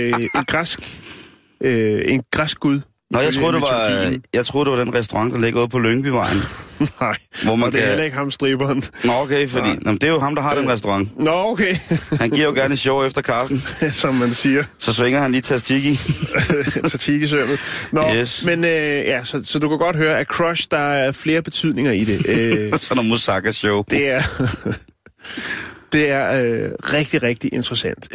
en græsk gud. Nå, jeg troede, det var den restaurant, der ligger ude på Lyngbyvejen. Nej, hvor man det er heller ikke ham striberen. Nå, okay, fordi det er jo ham, der har den restaurant. Nå, okay. Han giver jo gerne show efter kaffen. Som man siger. Så svinger han lige tzatziki. Tzatziki-sømmet. Nå, yes. Men så du kan godt høre, at Crush, der er flere betydninger i det. Sådan noget moussaka-show. Det Det er rigtig, rigtig interessant.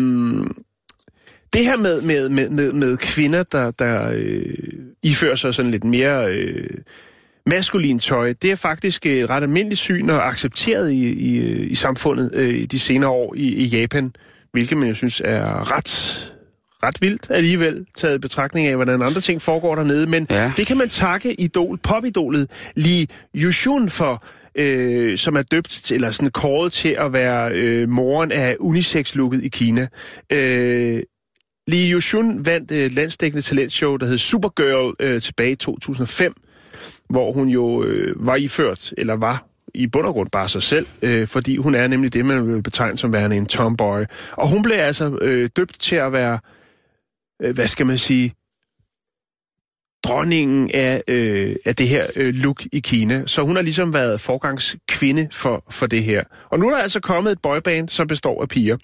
Det her med kvinder, der ifører sig sådan lidt mere maskulin tøj, det er faktisk et ret almindeligt syn og accepteret i samfundet de senere år i Japan, hvilket man jo synes er ret vildt alligevel, taget i betragtning af, hvordan andre ting foregår dernede. Men det kan man takke popidolet Lee Yushun for, som er døbt eller sådan kåret til at være moren af unisex-looket i Kina. Lee Yushun vandt et landsdækkende talentshow, der hed Supergirl tilbage i 2005, hvor hun jo var i bund og grund bare sig selv, fordi hun er nemlig det, man vil betegne som værende en tomboy. Og hun blev altså døbt til at være, hvad skal man sige, dronningen af det her look i Kina. Så hun har ligesom været forgangskvinde for det her. Og nu er der altså kommet et boyband, som består af piger.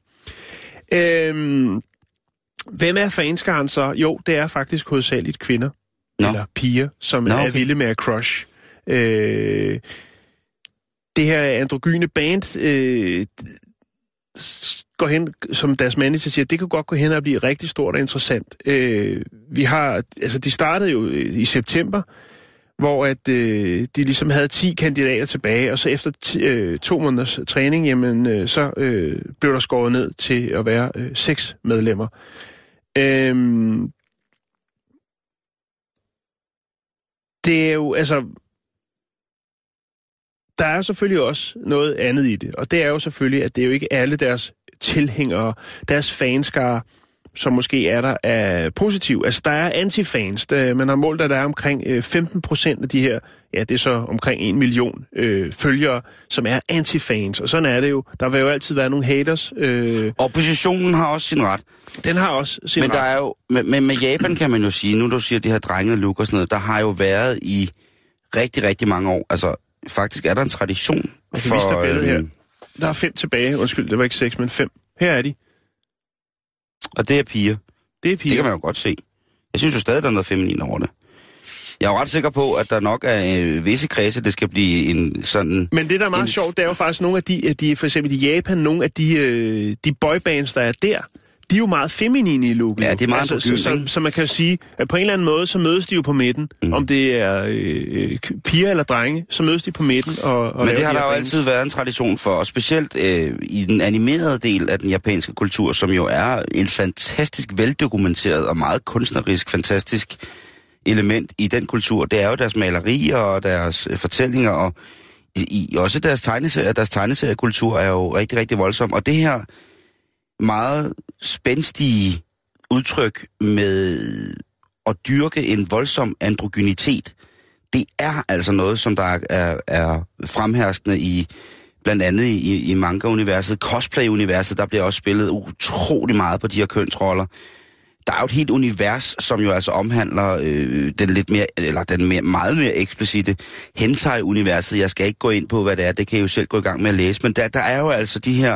Hvem er fanskaren så? Jo, det er faktisk hovedsageligt kvinder. Eller piger, som er vilde med at crush. Det her androgyne band går hen, som deres manager siger, det kan godt gå hen og blive rigtig stort og interessant. De startede jo i september, hvor at de ligesom havde 10 kandidater tilbage, og så efter 2 måneders træning, jamen så blev der skåret ned til at være 6 medlemmer. Det er jo, altså, der er selvfølgelig også noget andet i det, og det er jo selvfølgelig, at det er jo ikke alle deres tilhængere, deres fanskare, som måske er der, er positiv. Altså, der er antifans. Man har målt, at der er omkring 15% af de her, ja, det er så omkring 1 million følgere, som er antifans. Og sådan er det jo. Der vil jo altid være nogle haters. Oppositionen har også sin ret. Den har også sin ret. Men der er jo, med Japan kan man jo sige, nu du siger det her drengede look og sådan noget, der har jo været i rigtig, rigtig mange år. Altså, faktisk er der en tradition for... her. Der er 5 tilbage. Undskyld, det var ikke 6, men 5. Her er de. Og det er piger. Det er piger. Det kan man jo godt se. Jeg synes jo stadig, der er noget feminin over det. Jeg er jo ret sikker på, at der nok er visse kredse, det skal blive en sådan... Men det, der er meget sjovt, det er jo faktisk nogle af de for eksempel i Japan, nogle af de boybands, der er der, de er jo meget feminine i looket. Ja, det er meget så man kan jo sige, at på en eller anden måde, så mødes de jo på midten. Om det er piger eller drenge, så mødes de på midten. Og men det har der jo altid været en tradition for, og specielt i den animerede del af den japanske kultur, som jo er en fantastisk veldokumenteret og meget kunstnerisk, fantastisk element i den kultur. Det er jo deres malerier og deres fortællinger, og også deres tegneserier. Deres tegneseriekultur er jo rigtig, rigtig voldsom, og det her meget spændstige udtryk med at dyrke en voldsom androgynitet, det er altså noget, som der er fremherskende i blandt andet i manga-universet, cosplay-universet, der bliver også spillet utrolig meget på de her kønsroller. Der er jo et helt univers, som jo altså omhandler den lidt mere, eller den meget mere eksplicite hentai-universet. Jeg skal ikke gå ind på, hvad det er, det kan I jo selv gå i gang med at læse, men der er jo altså de her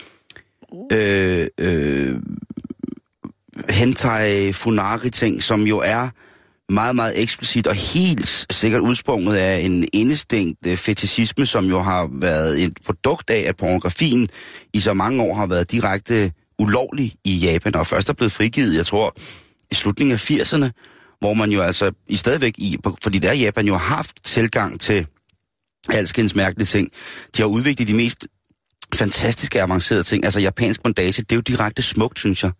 hentai funari ting, som jo er meget, meget eksplicit og helt sikkert udsprunget af en indestængt fetishisme, som jo har været et produkt af, at pornografien i så mange år har været direkte ulovlig i Japan, og først er blevet frigivet, jeg tror, i slutningen af 80'erne, hvor man jo altså i stadigvæk fordi der Japan jo har haft tilgang til alskens mærkelige ting. De har udviklet de mest fantastiske avancerede ting. Altså japansk bondage, det er jo direkte smukt, synes jeg.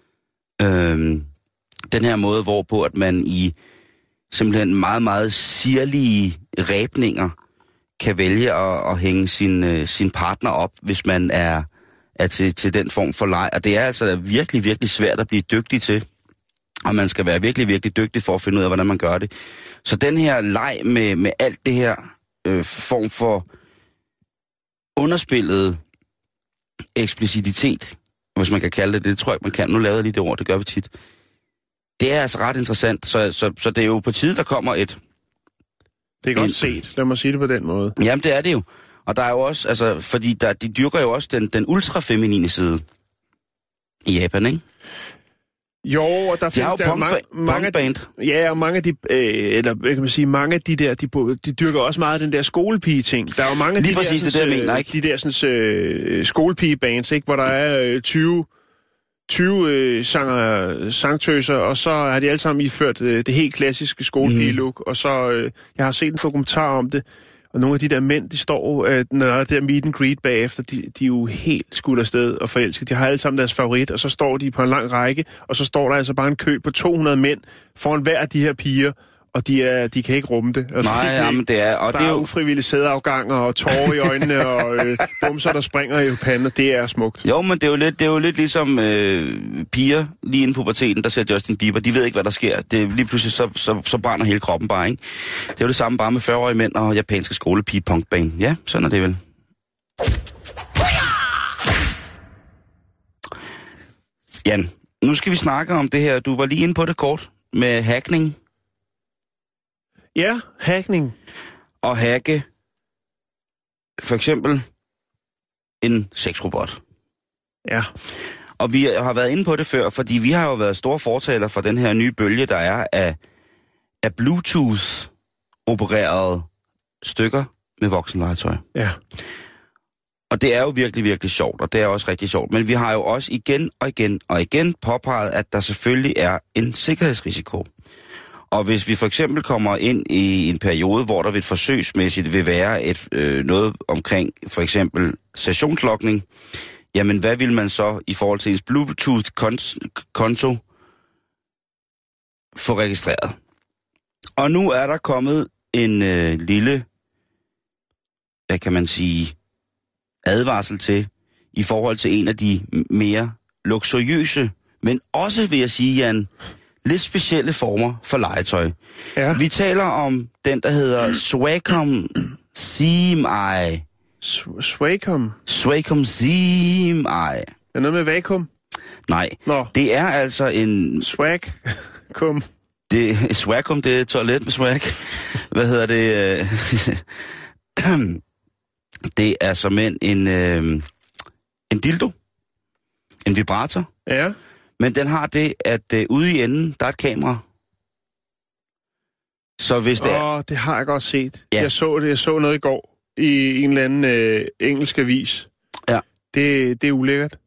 Den her måde, hvorpå at man i simpelthen meget, meget sirlige ræbninger kan vælge at hænge sin partner op, hvis man er til den form for leg. Og det er altså virkelig, virkelig svært at blive dygtig til. Og man skal være virkelig, virkelig dygtig for at finde ud af, hvordan man gør det. Så den her leg med alt det her form for underspillet eksplicititet, hvis man kan kalde det tror jeg, man kan. Nu lavede jeg lige det ord, det gør vi tit. Det er altså ret interessant, så det er jo på tide, der kommer et... Det er godt set, lad mig sige det på den måde. Jamen, det er det jo. Og der er jo også, altså, fordi de dyrker jo også den ultrafeminine side i Japan, ikke? Jo, og der findes der mange band. Ja, og mange af de, eller hvad kan man sige, mange af de der, de dyrker også meget den der skolepige-ting. Der er jo mange af lige de præcis der, sådan, det, jeg mener, ikke? De der sådan, skolepige-bands, ikke, hvor der er 20 sangtøser, og så har de alle sammen iført det helt klassiske skolepige-look, og så, jeg har set en dokumentar om det, og nogle af de der mænd, de står, når der er der meet and greet bagefter, de er jo helt skudt afsted og forelsket. De har alle sammen deres favorit, og så står de på en lang række, og så står der altså bare en kø på 200 mænd foran hver af de her piger, og de kan ikke rumme det. Altså, nej, jamen det er... Og der det er jo ufrivillige sædeafganger og tårer i øjnene og bumser, der springer i panden, og det er smukt. Jo, men det er jo lidt ligesom piger lige inden puberteten, der ser Justin Bieber. De ved ikke, hvad der sker. Det er lige pludselig, så brænder hele kroppen bare, ikke? Det er jo det samme bare med 40-årige mænd og japanske skolepige-punkband. Ja, sådan er det vel. Jan, nu skal vi snakke om det her. Du var lige inde på det kort med hackning. Ja, hackning. Og hacke for eksempel en sexrobot. Ja. Og vi har været inde på det før, fordi vi har jo været store fortaler for den her nye bølge, der er af Bluetooth-opererede stykker med voksenlegetøj. Ja. Og det er jo virkelig, virkelig sjovt, og det er også rigtig sjovt. Men vi har jo også igen påpeget, at der selvfølgelig er en sikkerhedsrisiko. Og hvis vi for eksempel kommer ind i en periode, hvor der ved forsøgsmæssigt vil være noget omkring for eksempel sessionslogning, jamen hvad vil man så i forhold til ens Bluetooth-konto få registreret? Og nu er der kommet en lille, hvad kan man sige, advarsel til i forhold til en af de mere luksuriøse, men også vil jeg sige, Jan, lidt specielle former for legetøj. Ja. Vi taler om den, der hedder Swacom Seam-Eye. Swacom Seam-Eye. Er noget med vakuum? Nej, det er altså en... Swacom. Swacom, det er toilet med swag. Hvad hedder det? Det er som en dildo. En vibrator. Ja. Men den har det, at ude i enden, der er et kamera. Så hvis det er... det har jeg godt set. Ja. Jeg så noget i går i en eller anden engelsk avis. Ja. Det er ulækkert.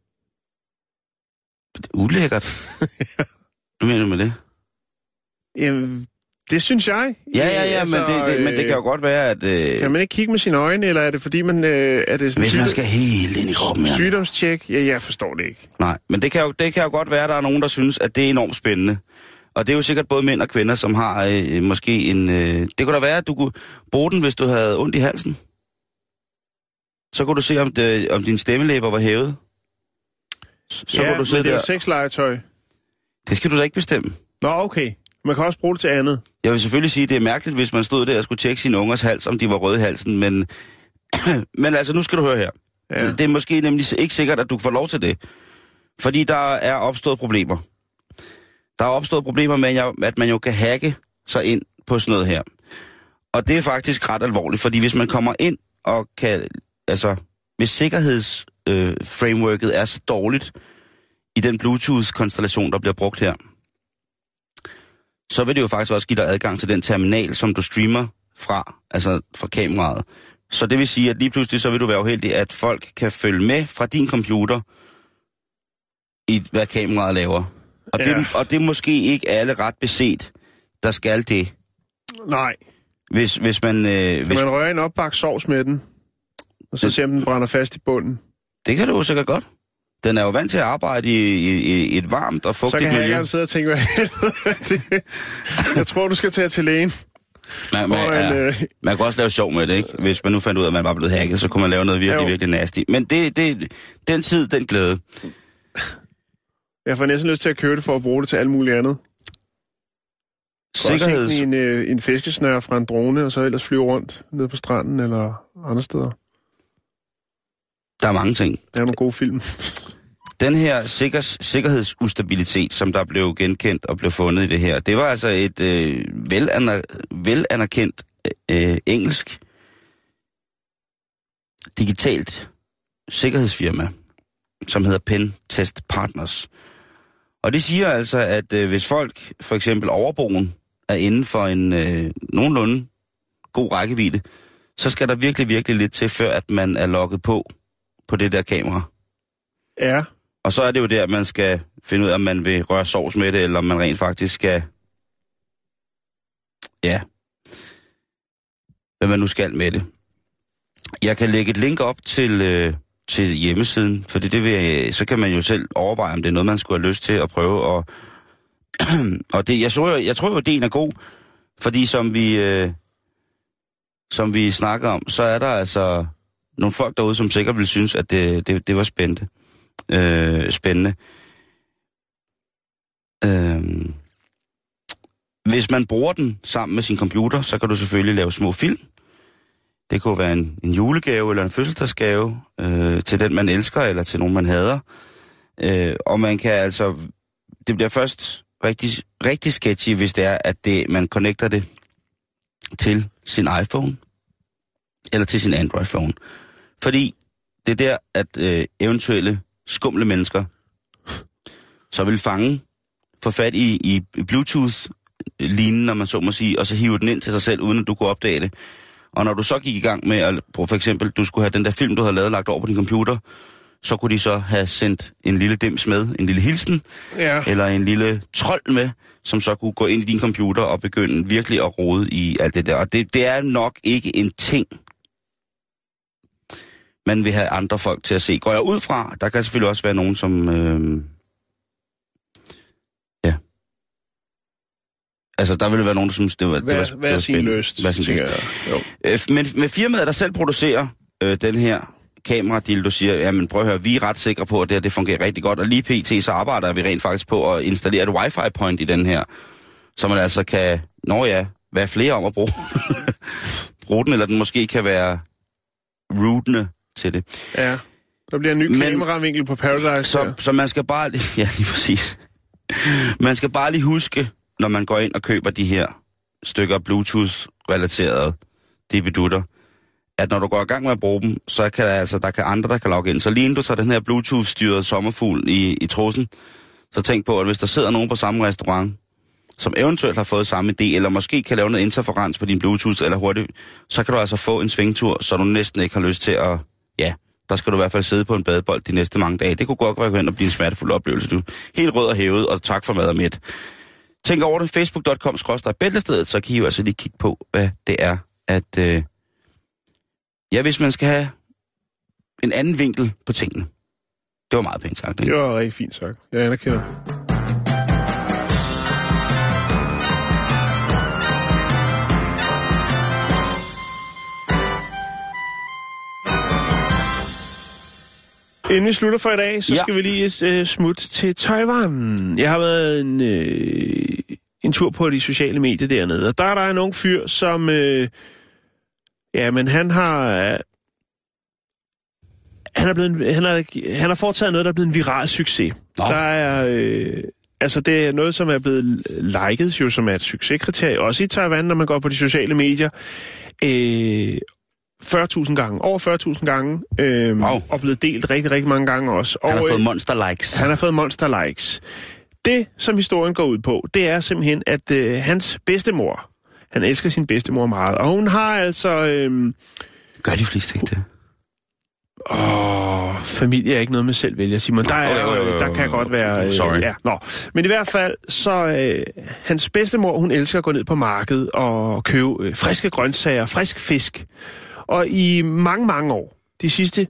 Ulækkert? Hvad mener du med det? Jamen, det synes jeg. Ja, altså, men det kan jo godt være, at... Kan man ikke kigge med sine øjne, eller er det fordi, man... er det sådan hvis man skal helt ind i kroppen, ja. Sygdomstjek? Ja, jeg forstår det ikke. Nej, men det kan jo godt være, at der er nogen, der synes, at det er enormt spændende. Og det er jo sikkert både mænd og kvinder, som har måske en... det kunne da være, at du kunne bruge den, hvis du havde ondt i halsen. Så kunne du se, om din stemmelæber var hævet. Så ja, kunne du men det er jo sexlegetøj. Det skal du da ikke bestemme. Nå, okay. Man kan også bruge det til andet. Jeg vil selvfølgelig sige, at det er mærkeligt, hvis man stod der og skulle tjekke sine ungers hals, om de var røde i halsen, men altså, nu skal du høre her. Ja. Det er måske nemlig ikke sikkert, at du får lov til det. Fordi der er opstået problemer. Der er opstået problemer med, at man jo kan hacke sig ind på sådan noget her. Og det er faktisk ret alvorligt, fordi hvis man kommer ind og kan... Altså, hvis sikkerhedsframeworket er så dårligt i den Bluetooth-konstellation, der bliver brugt her, så vil det jo faktisk også give dig adgang til den terminal, som du streamer fra kameraet. Så det vil sige, at lige pludselig så vil du være uheldig, at folk kan følge med fra din computer i, hvad kameraet laver. Og, ja. Det er måske ikke alle ret beset, der skal det. Nej. Hvis man... Kan man røre en opbagt sovs med den, og så se, om den brænder fast i bunden? Det kan du jo sikkert godt. Den er jo vant til at arbejde i et varmt og fugtigt miljø. Så kan jeg gerne sidde og tænke, hvad helvede. Jeg tror, du skal tage til lægen. Man kan også lave sjov med det, ikke? Hvis man nu fandt ud af, at man var blevet hacket, så kunne man lave noget virkelig nasty. Men den tid, den glæde. Jeg får næsten lyst til at købe det for at bruge det til alt muligt andet. En fiskesnør fra en drone, og så ellers flyve rundt nede på stranden eller andre steder. Der er mange ting. Der er nogle gode film. Den her sikkerhedsustabilitet, som der blev genkendt og blev fundet i det her, det var altså et velanerkendt engelsk digitalt sikkerhedsfirma, som hedder Pen Test Partners. Og det siger altså, at hvis folk, for eksempel overboen, er inden for en nogenlunde god rækkevidde, så skal der virkelig, virkelig lidt til, før at man er logget på det der kamera. Ja. Og så er det jo der, man skal finde ud af, om man vil røre sovs med det, eller om man rent faktisk skal... Ja. Hvad man nu skal med det. Jeg kan lægge et link op til hjemmesiden, for så kan man jo selv overveje, om det er noget, man skulle have lyst til at prøve. Og det, jeg tror jo, at ideen er god, fordi som vi snakker om, så er der altså nogle folk derude, som sikkert vil synes, at det var spændende. Hvis man bruger den sammen med sin computer, så kan du selvfølgelig lave små film. Det kunne være en julegave eller en fødselsdagsgave til den, man elsker, eller til nogen, man hader. Og man kan altså... Det bliver først rigtig, rigtig sketchy, hvis det er, at man connecter det til sin iPhone, eller til sin Android-phone. Fordi det er der, at eventuelle skumle mennesker så vil få fat i Bluetooth-linen, når man så må sige, og så hive den ind til sig selv, uden at du kunne opdage det. Og når du så gik i gang med, at for eksempel, du skulle have den der film, du havde lavet, lagt over på din computer, så kunne de så have sendt en lille dims med, en lille hilsen, eller en lille trold med, som så kunne gå ind i din computer og begynde virkelig at rode i alt det der. Og det er nok ikke en ting, man vil have andre folk til at se. Går jeg ud fra, der kan selvfølgelig også være nogen, som... Altså, der ville være nogen, der synes, det var spændende. Hvad er sin lyst? Men firmaet, der selv producerer den her kamera-dildo, siger, jamen prøv at høre, vi er ret sikre på, at det fungerer rigtig godt, og lige pt. Så arbejder vi rent faktisk på at installere et wifi-point i den her, så man altså kan, være flere om at bruge den, eller den måske kan være routende til det. Ja, der bliver en ny kameravinkel på Paradise. Så man skal bare... Ja, lige præcis. Man skal bare lige huske, når man går ind og køber de her stykker Bluetooth-relaterede dividutter, at når du går i gang med at bruge dem, så kan der kan andre, der kan logge ind. Så lige inden du tager den her Bluetooth-styrede sommerfugl i trussen, så tænk på, at hvis der sidder nogen på samme restaurant, som eventuelt har fået samme idé, eller måske kan lave noget interferens på din Bluetooth, eller hurtigt, så kan du altså få en svingtur, så du næsten ikke har lyst til at... Ja, der skal du i hvert fald sidde på en badebold de næste mange dage. Det kunne godt være hen og blive en smertefuld oplevelse. Du er helt rød og hævet, og tak for mad og mæt. Tænk over det. Facebook.com/bæltestedet, så kan I jo altså lige kigge på, hvad det er, at... hvis man skal have en anden vinkel på tingene. Det var meget pænt sagt, ikke? Det var rigtig fint sagt. Jeg anerkender. Inden vi slutter for i dag, så skal vi lige smutte til Taiwan. Jeg har været en tur på de sociale medier dernede, og der er en ung fyr, som... men han har foretaget noget, der er blevet en viral succes. Nå. Der er... det er noget, som er blevet liket, jo, som er et succeskriterie, også i Taiwan, når man går på de sociale medier. 40.000 gange. Over 40.000 gange. Og blevet delt rigtig, rigtig mange gange også. Han har fået monster-likes. Han har fået monster-likes. Det, som historien går ud på, det er simpelthen, at hans bedstemor, han elsker sin bedstemor meget, og hun har altså... Gør de fleste ikke det? Familie er ikke noget med selv vælger, Simon. Der kan godt være... Sorry. Men i hvert fald, så hans bedstemor, hun elsker at gå ned på markedet og købe friske grøntsager, frisk fisk. Og i mange, mange år, de sidste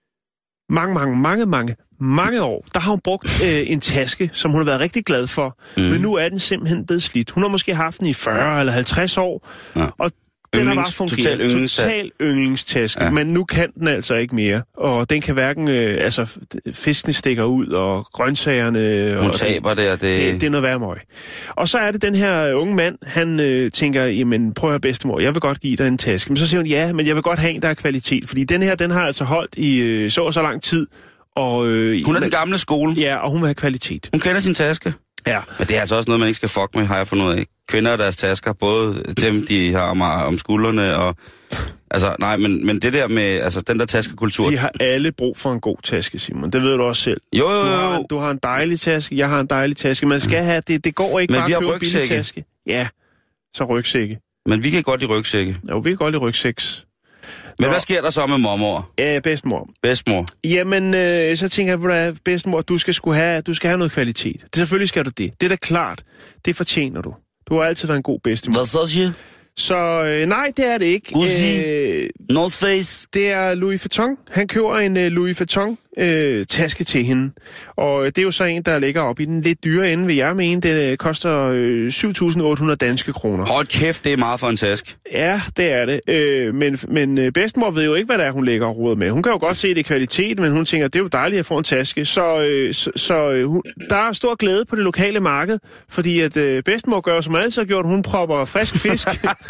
mange år, der har hun brugt en taske, som hun har været rigtig glad for. Men nu er den simpelthen blevet slidt. Hun har måske haft den i 40 eller 50 år, og den har bare fungeret. Total yndlingstaske, men nu kan den altså ikke mere. Og den kan hverken, fiskene stikker ud, og grøntsagerne... Hun taber det, og det er noget værre møg. Og så er det den her unge mand, han tænker, jamen prøv at høre bedstemor, jeg vil godt give dig en taske. Men så siger hun, ja, men jeg vil godt have en, der er kvalitet, fordi den her, den har altså holdt i så lang tid. Og, hun er den gamle skole. Ja, og hun vil have kvalitet. Hun kender sin taske. Ja. Men det er altså også noget, man ikke skal fuck med, har jeg fundet ud af. Kvinder og deres tasker, både dem, de har om skuldrene, og Altså, nej, men det der med, altså, den der taskekultur... Vi har alle brug for en god taske, Simon. Det ved du også selv. Jo. Du har en dejlig taske, jeg har en dejlig taske. Man skal have det går ikke men bare at købe en billig taske. Ja, så rygsække. Men vi kan godt lide rygsække. Jo, vi kan godt lide rygsæks. Men hvad sker der så med mormor? Ja, bedstemor. Bedstemor. Jamen, så tænker jeg, bedstemor, du skal have noget kvalitet. Selvfølgelig skal du det. Det er da klart. Det fortjener du. Du har altid været en god bedstemor. Hvad så siger? Så nej, det er det ikke. North Face. Det er Louis Vuitton. Han køber en Louis Vuitton taske til hende. Og det er jo så en, der ligger op i den lidt dyre ende, vil jeg mene. Det koster 7.800 danske kroner. Hold kæft, det er meget for en taske. Ja, det er det. Men bedstemor ved jo ikke, hvad det er, hun lægger og roder med. Hun kan jo godt se det i kvalitet, men hun tænker, det er jo dejligt at få en taske. Så der er stor glæde på det lokale marked, fordi at bedstemor gør, som altid har gjort, hun propper frisk fisk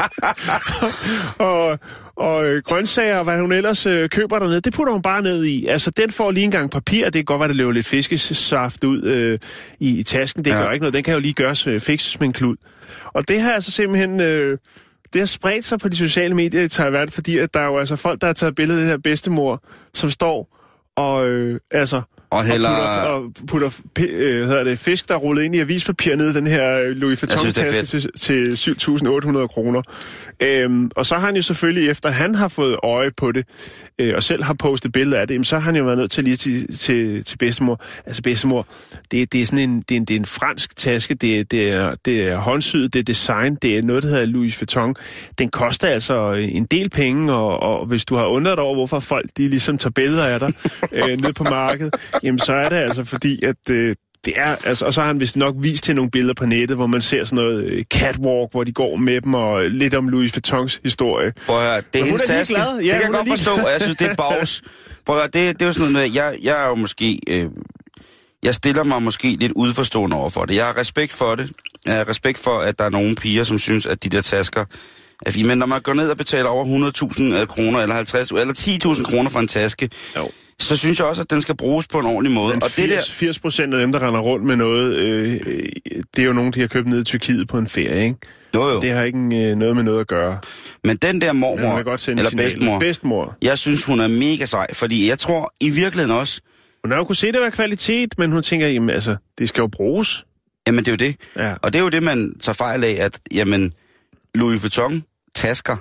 og grøntsager, hvad hun ellers køber dernede, det putter hun bare ned i. Altså, den får lige en gang papir, det kan godt være, der løber lidt fiskesaft ud i tasken, det gør ikke noget, den kan jo lige gøres fikses med en klud. Og det har altså simpelthen, det har spredt sig på de sociale medier i Taiwan, fordi at der er jo altså folk, der har taget billeder af den her bedstemor, som står og putter fisk, der er rullet ind i avispapir ned i den her Louis Vuitton-taske til 7.800 kroner. Og så har han jo selvfølgelig, efter han har fået øje på det, og selv har postet billeder af det, så har han jo været nødt til lige til bedstemor. Altså bedstemor, det er sådan det er en fransk taske, det er håndsyet, det er design, det er noget, der hedder Louis Vuitton. Den koster altså en del penge, og hvis du har undret over, hvorfor folk de ligesom tager billeder af dig ned på markedet, jamen så er det altså fordi, at det er, altså, og så har han vist nok vist til nogle billeder på nettet, hvor man ser sådan noget catwalk, hvor de går med dem, og lidt om Louis Vuittons historie. Prøv at høre, det er hendes taske. Ja, det kan jeg godt forstå, og jeg synes, det er bags. Prøv at høre, det er jo sådan noget, jeg er jo måske... jeg stiller mig måske lidt udforstående over for det. Jeg har respekt for det. Jeg har respekt for, at der er nogle piger, som synes, at de der tasker er fine. Men når man går ned og betaler over 100.000 kroner, eller 50, eller 10.000 kroner for en taske, så synes jeg også, at den skal bruges på en ordentlig måde. Men 80% af dem, der render rundt med noget, det er jo nogen, de har købt ned i Tyrkiet på en ferie, ikke? Jo. Det har ikke noget med noget at gøre. Men den der mormor, eller bedstemor, jeg synes, hun er mega sej, fordi jeg tror i virkeligheden også... Hun har jo kunne se, det var kvalitet, men hun tænker, jamen altså, det skal jo bruges. Jamen, det er jo det. Ja. Og det er jo det, man tager fejl af, at jamen, Louis Vuitton tasker,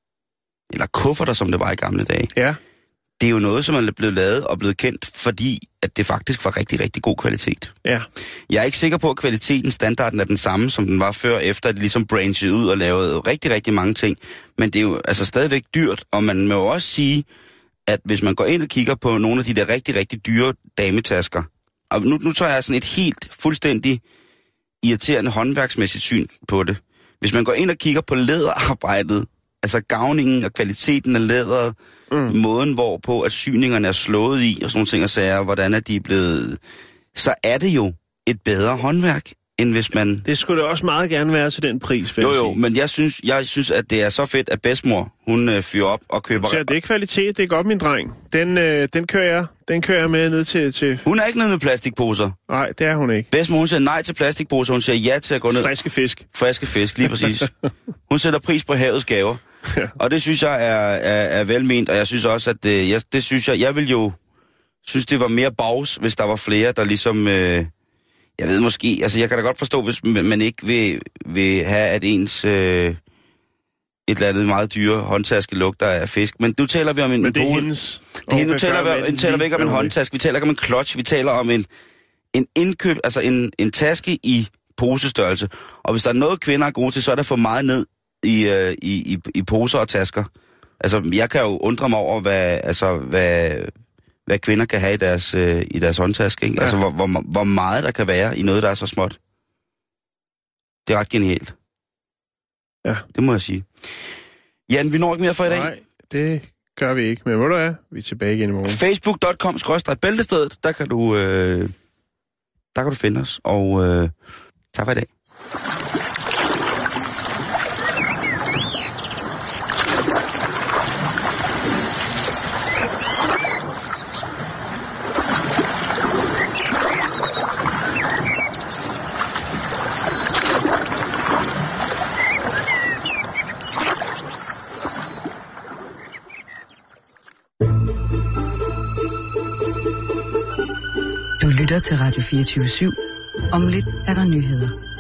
eller kufferter, som det var i gamle dage, det er jo noget, som er blevet lavet og blevet kendt, fordi at det faktisk var rigtig, rigtig god kvalitet. Ja. Jeg er ikke sikker på, at kvaliteten, standarden er den samme, som den var før, efter at det ligesom branchede ud og lavede rigtig, rigtig mange ting. Men det er jo altså stadigvæk dyrt, og man må jo også sige, at hvis man går ind og kigger på nogle af de der rigtig, rigtig dyre dametasker, og nu tager jeg sådan et helt fuldstændig irriterende håndværksmæssigt syn på det. Hvis man går ind og kigger på læderarbejdet, altså gavningen og kvaliteten af læderet, måden hvorpå at syningerne er slået i, og sådan nogle ting og sager, hvordan er de blevet, så er det jo et bedre håndværk, end hvis man... Det skulle det også meget gerne være til den pris, vil jeg sige. Men jeg synes, at det er så fedt, at bedstemor, hun fyrer op og køber... Så det er kvalitet, det er godt, min dreng. Den kører jeg med ned til... Hun er ikke nede med plastikposer. Nej, det er hun ikke. Bedstemor, hun siger nej til plastikposer, hun siger ja til at gå ned... Friske fisk, lige præcis. Hun sætter pris på havets gaver. Ja. Og det synes jeg er velment, og jeg synes også, at jeg vil jo synes, det var mere bags, hvis der var flere, der ligesom... jeg ved måske, altså jeg kan da godt forstå, hvis man ikke vil have, at ens et eller andet meget dyre håndtaske lugter af fisk. Men nu taler vi om en... Men det er hendes... Nu taler vi ikke om en håndtaske, vi taler ikke om en clutch, vi taler om en indkøb, altså en taske i posestørrelse. Og hvis der er noget, kvinder er gode til, så er der for meget ned i poser og tasker. Altså, jeg kan jo undre mig over, hvad kvinder kan have i deres håndtaske, ikke? Ja. Altså, hvor meget der kan være i noget, der er så småt. Det er ret genialt. Ja. Det må jeg sige. Jan, vi når ikke mere for i dag. Nej, det gør vi ikke. Men hvor du er, vi er tilbage igen i morgen. Facebook.com/bæltestedet, der kan du finde os. Og tak for i dag. Du lytter til Radio 24/7. Om lidt er der nyheder.